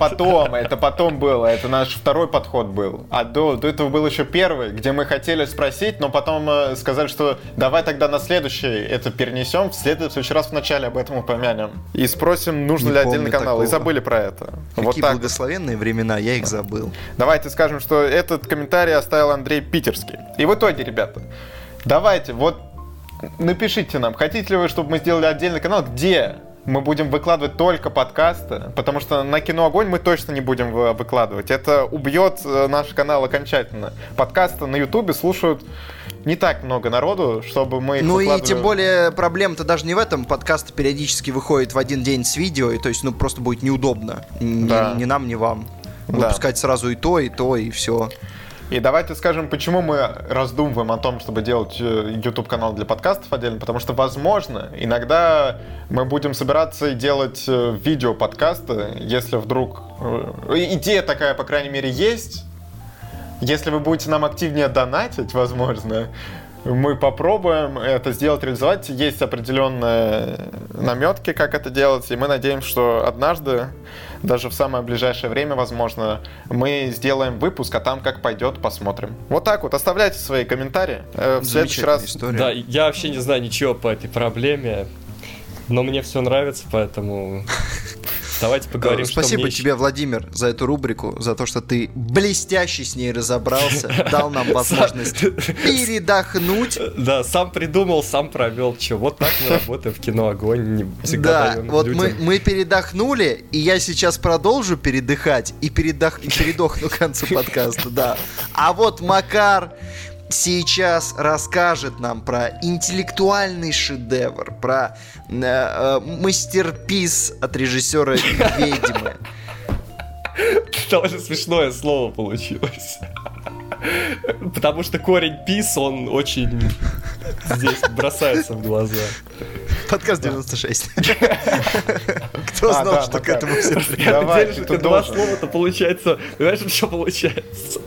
[SPEAKER 2] потом было. Это наш второй подход был. А до этого был еще первый, где мы хотели спросить, но потом сказали, что давай тогда на следующий это перенесем, в следующий раз в начале об этом упомянем. И спросим, нужно ли отдельный канал. Такого. И забыли про это.
[SPEAKER 3] Какие вот благословенные времена, я их забыл.
[SPEAKER 2] Давайте скажем, что этот комментарий оставил Андрей Питерский. И в итоге, ребята, давайте, вот напишите нам, хотите ли вы, чтобы мы сделали отдельный канал, где мы будем выкладывать только подкасты, потому что на Кино Огонь мы точно не будем выкладывать. Это убьет наш канал окончательно. Подкасты на Ютубе слушают не так много народу, чтобы мы их выкладывали.
[SPEAKER 3] И тем более проблема-то даже не в этом. Подкасты периодически выходят в один день с видео, и то есть, просто будет неудобно. Да. Ни нам, ни вам. Выпускать сразу и то, и все.
[SPEAKER 2] И давайте скажем, почему мы раздумываем о том, чтобы делать YouTube-канал для подкастов отдельно, потому что, возможно, иногда мы будем собираться и делать видео-подкасты, если вдруг... Идея такая, по крайней мере, есть. Если вы будете нам активнее донатить, возможно, мы попробуем это сделать, реализовать. Есть определенные наметки, как это делать, и мы надеемся, что однажды, даже в самое ближайшее время, возможно, мы сделаем выпуск, а там как пойдет, посмотрим. Вот так вот. Оставляйте свои комментарии. В следующий раз...
[SPEAKER 3] История.
[SPEAKER 1] Да, я вообще не знаю ничего по этой проблеме, но мне все нравится, поэтому... Давайте поговорим,
[SPEAKER 3] Спасибо тебе, Владимир, за эту рубрику, за то, что ты блестяще с ней разобрался, дал нам возможность передохнуть.
[SPEAKER 1] Да, сам придумал, сам провел. Че, вот так мы работаем в Кино Огонь. Не всегда даем
[SPEAKER 3] вот
[SPEAKER 1] людям.
[SPEAKER 3] мы передохнули, и я сейчас продолжу передыхать и передохну к концу подкаста, да. А вот Макар сейчас расскажет нам про интеллектуальный шедевр, про мастерпис от режиссера «Ведьмы».
[SPEAKER 1] Довольно смешное слово получилось. Потому что корень «пис», он очень здесь бросается в глаза.
[SPEAKER 3] Подкаст 96. Кто знал, что к этому все придет?
[SPEAKER 2] Давай,
[SPEAKER 1] Делишь,
[SPEAKER 2] ты
[SPEAKER 1] ты два
[SPEAKER 2] должен.
[SPEAKER 1] слова-то получается. Понимаешь, что получается?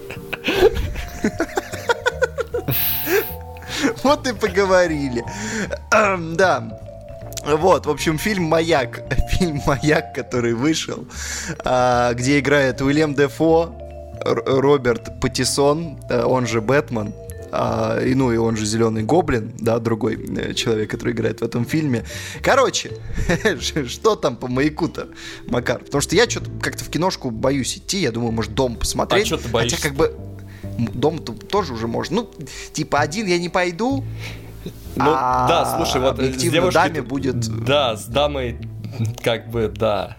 [SPEAKER 3] Вот и поговорили. Да. Вот, в общем, фильм «Маяк». Фильм «Маяк», который вышел, где играет Уильям Дефо, Роберт Паттинсон, он же Бэтмен, и он же Зеленый Гоблин, да, другой человек, который играет в этом фильме. Короче, что там по «Маяку»-то, Макар? Потому что я что-то как-то в киношку боюсь идти, я думаю, может, дома посмотреть.
[SPEAKER 1] А что ты боишься?
[SPEAKER 3] Хотя как бы дом-то тоже уже можно. Ну, типа, один я не пойду.
[SPEAKER 1] Ну, да, слушай, вот с
[SPEAKER 3] объективно
[SPEAKER 1] девушкой...
[SPEAKER 3] даме будет...
[SPEAKER 1] Да, с дамой, как бы, да.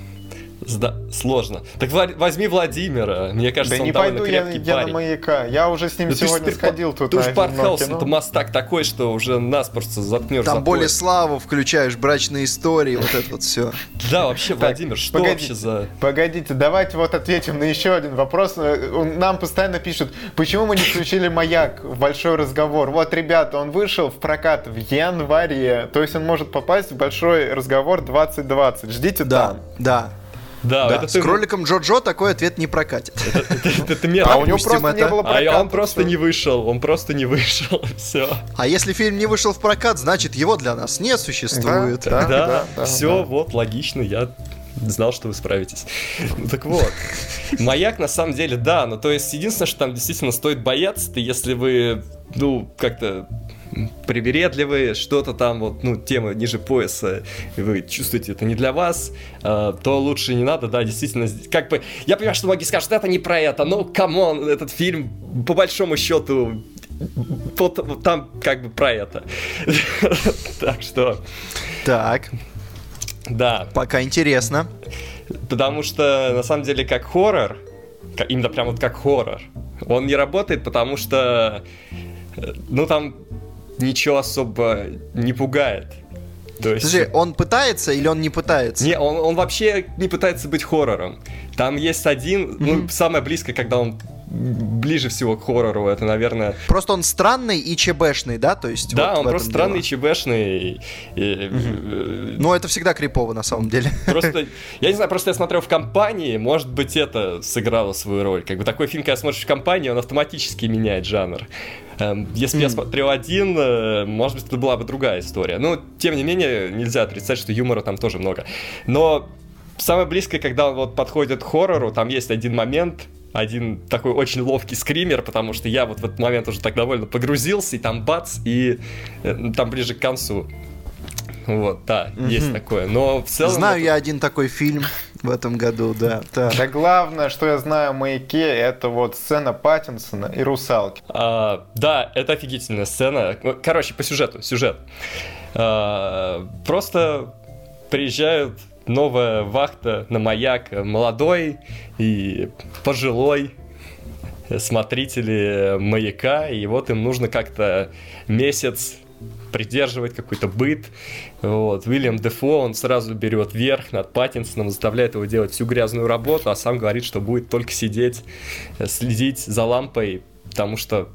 [SPEAKER 1] Сложно. Так возьми Владимира. Мне кажется,
[SPEAKER 2] Да
[SPEAKER 1] он
[SPEAKER 2] не
[SPEAKER 1] довольно
[SPEAKER 2] пойду я
[SPEAKER 1] крепкий
[SPEAKER 2] на
[SPEAKER 1] парень.
[SPEAKER 2] «Маяка». Я уже с ним
[SPEAKER 1] Да
[SPEAKER 2] сегодня сходил тут
[SPEAKER 1] ты
[SPEAKER 2] на
[SPEAKER 1] уж
[SPEAKER 2] одно
[SPEAKER 1] Партхаус,
[SPEAKER 2] кино.
[SPEAKER 1] это мастак такой, что уже нас просто заткнешь.
[SPEAKER 3] Там
[SPEAKER 1] за
[SPEAKER 3] более
[SPEAKER 1] пояс.
[SPEAKER 3] славу включаешь, брачные истории, вот это вот все.
[SPEAKER 1] Да, вообще, Владимир, что вообще за...
[SPEAKER 2] Погодите, давайте вот ответим на еще один вопрос. Нам постоянно пишут, почему мы не включили «Маяк» в большой разговор. Вот, ребята, он вышел в прокат в январе, то есть он может попасть в большой разговор 2020. Ждите там.
[SPEAKER 3] Да.
[SPEAKER 1] Да,
[SPEAKER 3] Да,
[SPEAKER 1] это
[SPEAKER 3] с
[SPEAKER 1] ты...
[SPEAKER 3] кроликом Джо-Джо такой ответ не прокатит.
[SPEAKER 1] Это мерзко.
[SPEAKER 2] А у него
[SPEAKER 3] Допустим,
[SPEAKER 2] просто не
[SPEAKER 3] это-
[SPEAKER 2] было
[SPEAKER 1] А
[SPEAKER 2] проката.
[SPEAKER 1] он просто не вышел, все.
[SPEAKER 3] А если фильм не вышел в прокат, значит его для нас не существует.
[SPEAKER 2] Да.
[SPEAKER 1] Да, все, вот, логично, я знал, что вы справитесь. Ну, так вот, «Маяк» на самом деле, да, но то есть единственное, что там действительно стоит бояться, это если вы, как-то привередливые, что-то там, вот, тема ниже пояса, и вы чувствуете, это не для вас, то лучше не надо, да, действительно, как бы, я понимаю, что многие скажут, это не про это, но, камон, этот фильм, по большому счету, вот там как бы про это. Так что,
[SPEAKER 3] Так,
[SPEAKER 1] да,
[SPEAKER 3] пока интересно.
[SPEAKER 1] потому что, на самом деле, как хоррор, именно прям вот как хоррор, он не работает, потому что, там ничего особо не пугает. То есть...
[SPEAKER 3] Подожди, он пытается или он не пытается?
[SPEAKER 1] Не, он вообще не пытается быть хоррором. Там есть один, самое близкое, когда он ближе всего к хоррору, это, наверное...
[SPEAKER 3] Просто он странный и ЧБшный, да? То есть,
[SPEAKER 1] Да,
[SPEAKER 3] вот
[SPEAKER 1] он
[SPEAKER 3] в
[SPEAKER 1] просто
[SPEAKER 3] этом
[SPEAKER 1] странный,
[SPEAKER 3] дело.
[SPEAKER 1] ЧБшный.
[SPEAKER 3] Ну, это всегда крипово, на самом деле.
[SPEAKER 1] Просто, я не знаю, просто я смотрел в компании, может быть, это сыграло свою роль. Как бы такой фильм, когда смотришь в компании, он автоматически меняет жанр. Если бы я смотрел один, может быть, это была бы другая история. Но, тем не менее, нельзя отрицать, что юмора там тоже много. Но самое близкое, когда он вот подходит к хоррору, там есть один момент, один такой очень ловкий скример, потому что я вот в этот момент уже так довольно погрузился, и там бац, и там ближе к концу. Вот, да, есть такое. Но в целом...
[SPEAKER 3] Знаю я один такой фильм в этом году, да. Так.
[SPEAKER 2] Да главное, что я знаю о «Маяке», это вот сцена Паттинсона и «Русалки».
[SPEAKER 1] Да, это офигительная сцена. Короче, по сюжету. Сюжет. Просто приезжают новая вахта на «Маяк», молодой и пожилой смотрители «Маяка», и вот им нужно как-то месяц придерживать какой-то быт. Вот. Уильям Дефо, он сразу берет верх над Паттинсоном, заставляет его делать всю грязную работу, а сам говорит, что будет только сидеть, следить за лампой, потому что,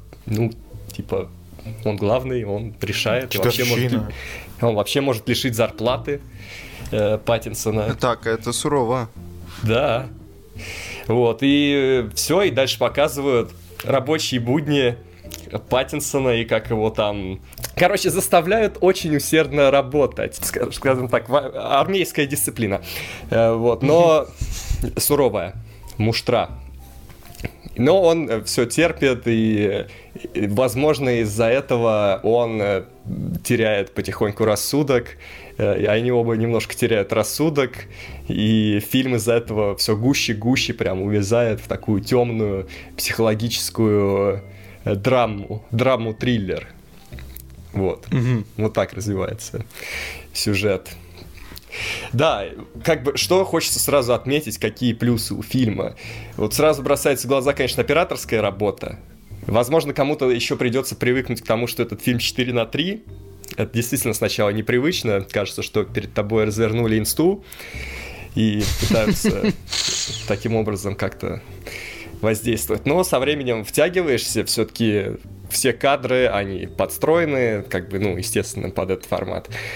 [SPEAKER 1] он главный, он решает. И он вообще может лишить зарплаты Паттинсона.
[SPEAKER 3] Так, это сурово.
[SPEAKER 1] Да. Вот, и все, и дальше показывают рабочие будни Паттинсона и как его там... Короче, заставляют очень усердно работать, скажем так, армейская дисциплина. Вот, но суровая, муштра. Но он все терпит, и, возможно, из-за этого он теряет потихоньку рассудок, они оба немножко теряют рассудок, и фильм из-за этого все гуще прям увязает в такую темную психологическую драму-триллер. Вот. Вот так развивается сюжет. Да, как бы, что хочется сразу отметить, какие плюсы у фильма. Вот сразу бросается в глаза, конечно, операторская работа. Возможно, кому-то еще придется привыкнуть к тому, что этот фильм 4:3. Это действительно сначала непривычно. Кажется, что перед тобой развернули инсту и пытаются таким образом как-то воздействовать. Но со временем втягиваешься, все-таки все кадры, они подстроены, естественно, под этот формат.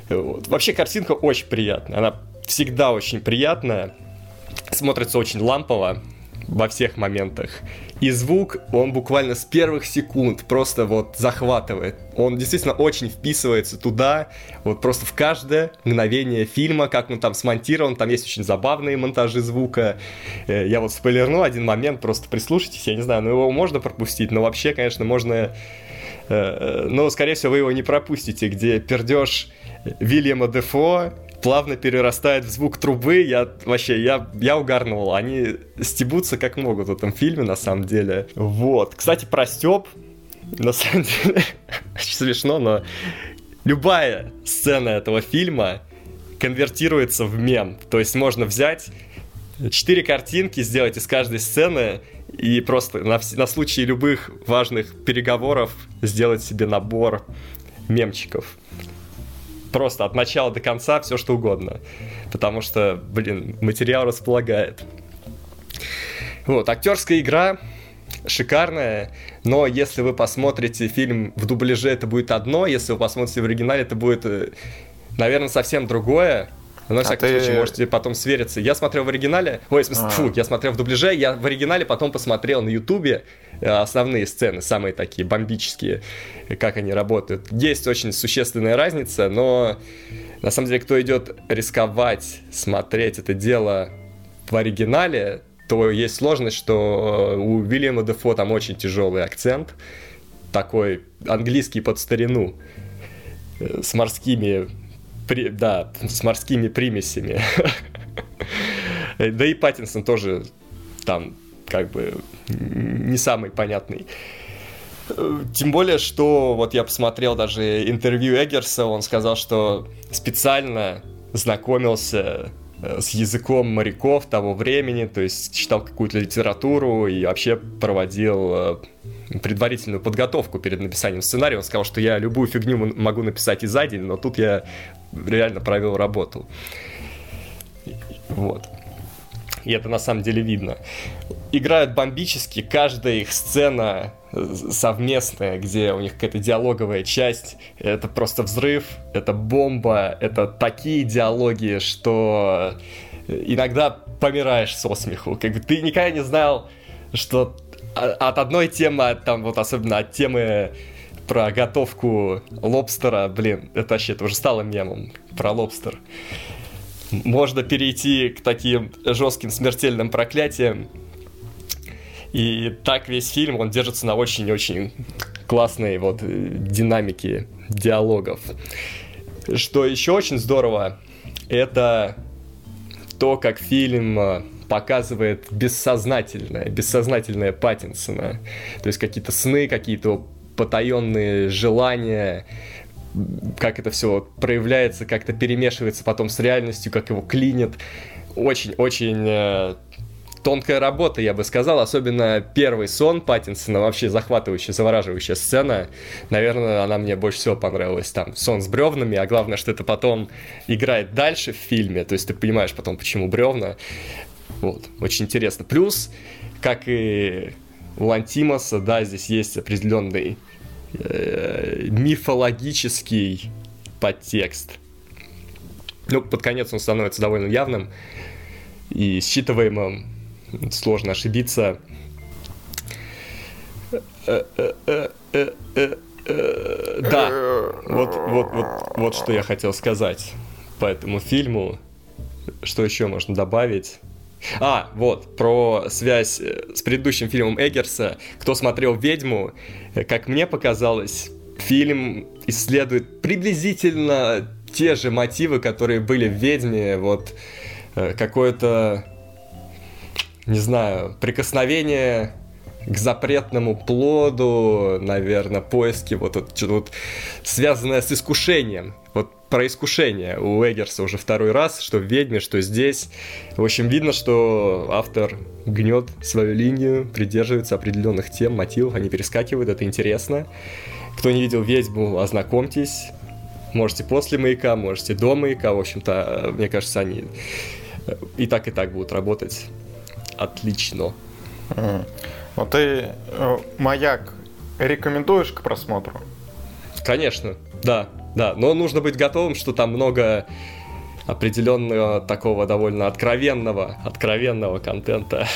[SPEAKER 1] Вот. Вообще картинка очень приятная, она всегда очень приятная, смотрится очень лампово во всех моментах. И звук, он буквально с первых секунд просто вот захватывает. Он действительно очень вписывается туда, вот просто в каждое мгновение фильма, как он там смонтирован. Там есть очень забавные монтажи звука. Я вот спойлерну один момент, просто прислушайтесь. Я не знаю, его можно пропустить, но вообще, конечно, можно... Но, скорее всего, вы его не пропустите, где пердеж Вильяма Дефо плавно перерастает в звук трубы. Я угарнул. Они стебутся как могут в этом фильме, на самом деле. Вот. Кстати, про стеб, на самом деле, очень смешно, но любая сцена этого фильма конвертируется в мем. То есть можно взять 4 картинки, сделать из каждой сцены и просто на случай любых важных переговоров сделать себе набор мемчиков. Просто от начала до конца все что угодно. Потому что, материал располагает. Вот, актерская игра шикарная, но если вы посмотрите фильм в дубляже, это будет одно, если вы посмотрите в оригинале, это будет, наверное, совсем другое. Но, на всякий случай, можете потом свериться. Я смотрел в оригинале... я смотрел в дубляже, я в оригинале потом посмотрел на ютубе основные сцены, самые такие бомбические, как они работают. Есть очень существенная разница, но на самом деле, кто идет рисковать, смотреть это дело в оригинале, то есть сложность, что у Уильяма Дефо там очень тяжелый акцент, такой английский под старину, с морскими примесями. Да и Паттинсон тоже там как бы не самый понятный. Тем более, что вот я посмотрел даже интервью Эггерса, он сказал, что специально знакомился с языком моряков того времени, то есть читал какую-то литературу и вообще проводил предварительную подготовку перед написанием сценария. Он сказал, что я любую фигню могу написать и за день, но тут я реально провел работу. Вот. И это на самом деле видно. Играют бомбически, каждая их сцена совместная, где у них какая-то диалоговая часть, это просто взрыв, это бомба, это такие диалоги, что иногда помираешь со смеху. Как бы ты никогда не знал, что от одной темы, там вот особенно от темы про готовку лобстера, это уже стало мемом, про лобстер. Можно перейти к таким жестким смертельным проклятиям. И так весь фильм, он держится на очень-очень классной вот динамике диалогов. Что еще очень здорово, это то, как фильм показывает бессознательное Паттинсона. То есть какие-то сны, какие-то потаенные желания, как это все проявляется, как-то перемешивается потом с реальностью, как его клинит. Очень-очень тонкая работа, я бы сказал. Особенно первый сон Паттинсона, вообще захватывающая, завораживающая сцена. Наверное, она мне больше всего понравилась. Там сон с бревнами, а главное, что это потом играет дальше в фильме. То есть ты понимаешь потом, почему бревна. Вот, очень интересно. Плюс, как и у Лантимоса, да, здесь есть определенный мифологический подтекст. Под конец он становится довольно явным и считываемым. Сложно ошибиться. Да, вот что я хотел сказать по этому фильму. Что еще можно добавить? Про связь с предыдущим фильмом Эггерса. Кто смотрел «Ведьму», как мне показалось, фильм исследует приблизительно те же мотивы, которые были в «Ведьме». Вот какое-то, не знаю, прикосновение к запретному плоду, наверное, поиски, что-то вот связанное с искушением. Вот про искушение у Эггерса уже второй раз, что в «Ведьме», что здесь. В общем, видно, что автор гнет свою линию, придерживается определенных тем, мотивов, они перескакивают, это интересно. Кто не видел «Ведьму», ознакомьтесь. Можете после «Маяка», можете до «Маяка». В общем-то, мне кажется, они и так будут работать отлично.
[SPEAKER 2] Ну ты «Маяк» рекомендуешь к просмотру?
[SPEAKER 1] Конечно, да. да. Но нужно быть готовым, что там много определенного такого довольно откровенного контента.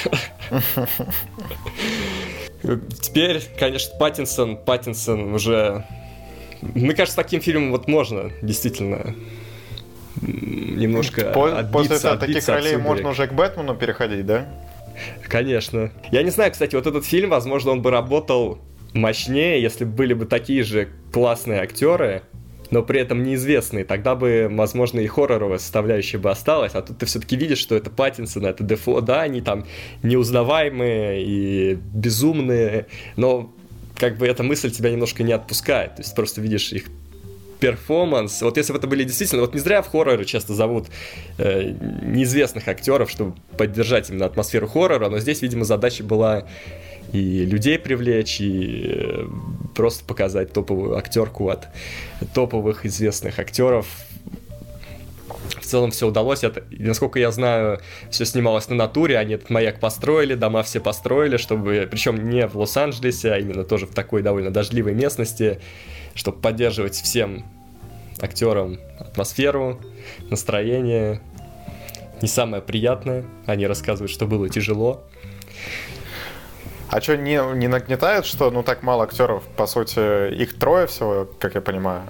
[SPEAKER 1] Теперь, конечно, Паттинсон уже... Мне кажется, таким фильмом вот можно действительно немножко
[SPEAKER 2] После таких ролей можно уже к Бэтмену переходить, да?
[SPEAKER 1] Конечно. Я не знаю, кстати, вот этот фильм, возможно, он бы работал мощнее, если бы были бы такие же классные актеры, но при этом неизвестные. Тогда бы, возможно, и хорроровая составляющая бы осталась, а тут ты все-таки видишь, что это Паттинсон, это Дефо, да, они там неузнаваемые и безумные, но как бы эта мысль тебя немножко не отпускает, то есть просто видишь их перформанс. Вот если бы это были действительно... Вот не зря в хорроры часто зовут неизвестных актеров, чтобы поддержать именно атмосферу хоррора, но здесь, видимо, задача была и людей привлечь, и просто показать топовую актерку от топовых известных актеров. В целом все удалось. Насколько я знаю, все снималось на натуре, они этот маяк построили, дома все построили, чтобы, причем не в Лос-Анджелесе, а именно тоже в такой довольно дождливой местности, чтобы поддерживать всем актерам атмосферу, настроение. Не самое приятное. Они рассказывают, что было тяжело.
[SPEAKER 2] А что, не нагнетает, что так мало актеров? По сути, их 3 всего, как я понимаю.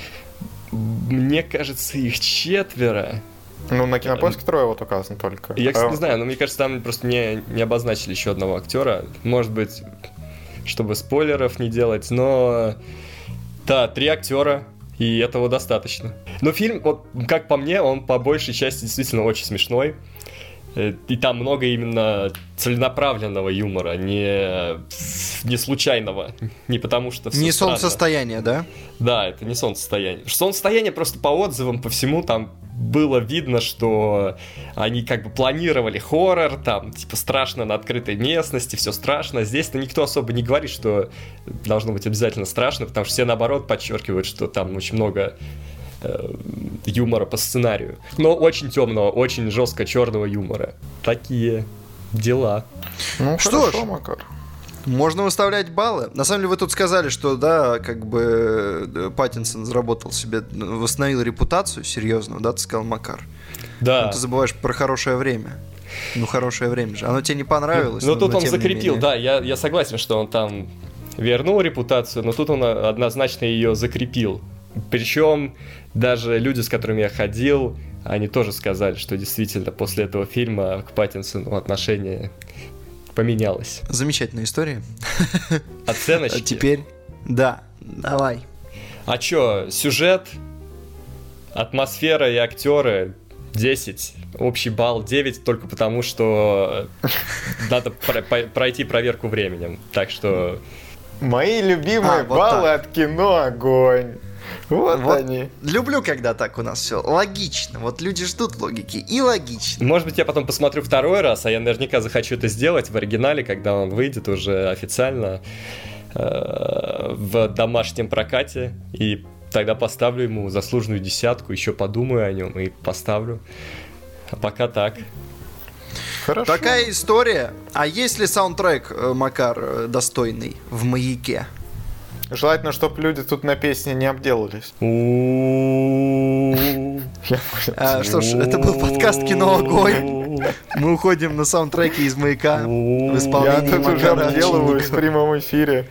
[SPEAKER 1] Мне кажется, их 4.
[SPEAKER 2] На Кинопоиске 3 вот указано только.
[SPEAKER 1] Я, кстати, не знаю, но мне кажется, там просто не обозначили еще одного актера. Может быть, чтобы спойлеров не делать, но... Да, 3 актера, и этого достаточно. Но фильм, вот, как по мне, он по большей части действительно очень смешной. И там много именно целенаправленного юмора, не случайного, не потому что все
[SPEAKER 3] не
[SPEAKER 1] странно.
[SPEAKER 3] солнцестояние, да?
[SPEAKER 1] Да, это не солнцестояние. Солнцестояние просто по отзывам, по всему, там было видно, что они как бы планировали хоррор, там, типа, страшно на открытой местности, все страшно. Здесь-то никто особо не говорит, что должно быть обязательно страшно, потому что все, наоборот, подчеркивают, что там очень много юмора по сценарию. Но очень темного, очень жестко черного юмора. Такие дела.
[SPEAKER 3] Что ж, Макар, можно выставлять баллы. На самом деле вы тут сказали, что да, как бы Паттинсон заработал себе, восстановил репутацию серьезную, да, ты сказал, Макар?
[SPEAKER 1] Да.
[SPEAKER 3] Но ты забываешь про хорошее время. Хорошее время же. Оно тебе не понравилось?
[SPEAKER 1] Ну тут он закрепил, да, я согласен, что он там вернул репутацию, но тут он однозначно ее закрепил. Причем даже люди, с которыми я ходил, они тоже сказали, что действительно после этого фильма к Паттинсону отношение поменялось.
[SPEAKER 3] Замечательная история.
[SPEAKER 1] Оценочки.
[SPEAKER 3] А теперь, да, давай.
[SPEAKER 1] А чё, сюжет, атмосфера и актеры 10, общий балл 9, только потому, что надо пройти проверку временем. Так что...
[SPEAKER 2] Мои любимые баллы от кино, огонь. Вот они.
[SPEAKER 3] Люблю, когда так у нас все логично. Вот люди ждут логики и логично.
[SPEAKER 1] Может быть, я потом посмотрю второй раз, а я наверняка захочу это сделать в оригинале, когда он выйдет уже официально в домашнем прокате. И тогда поставлю ему заслуженную 10, еще подумаю о нем и поставлю. А пока так.
[SPEAKER 2] Хорошо.
[SPEAKER 3] Такая история. А есть ли саундтрек, Макар, достойный в «Маяке»?
[SPEAKER 2] Желательно, чтобы люди тут на песне не обделались.
[SPEAKER 3] Что ж, это был подкаст «Кино Огонь». Мы уходим на саундтреки из «Маяка» в исполнении
[SPEAKER 2] Я тут уже обделываюсь в прямом эфире.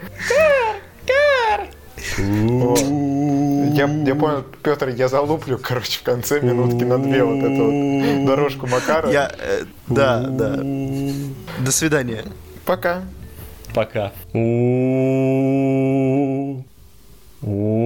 [SPEAKER 2] Я понял, Петр, я залуплю, в конце минутки на 2 вот эту вот дорожку Макара.
[SPEAKER 3] Да. До свидания.
[SPEAKER 2] Пока.
[SPEAKER 1] Пока.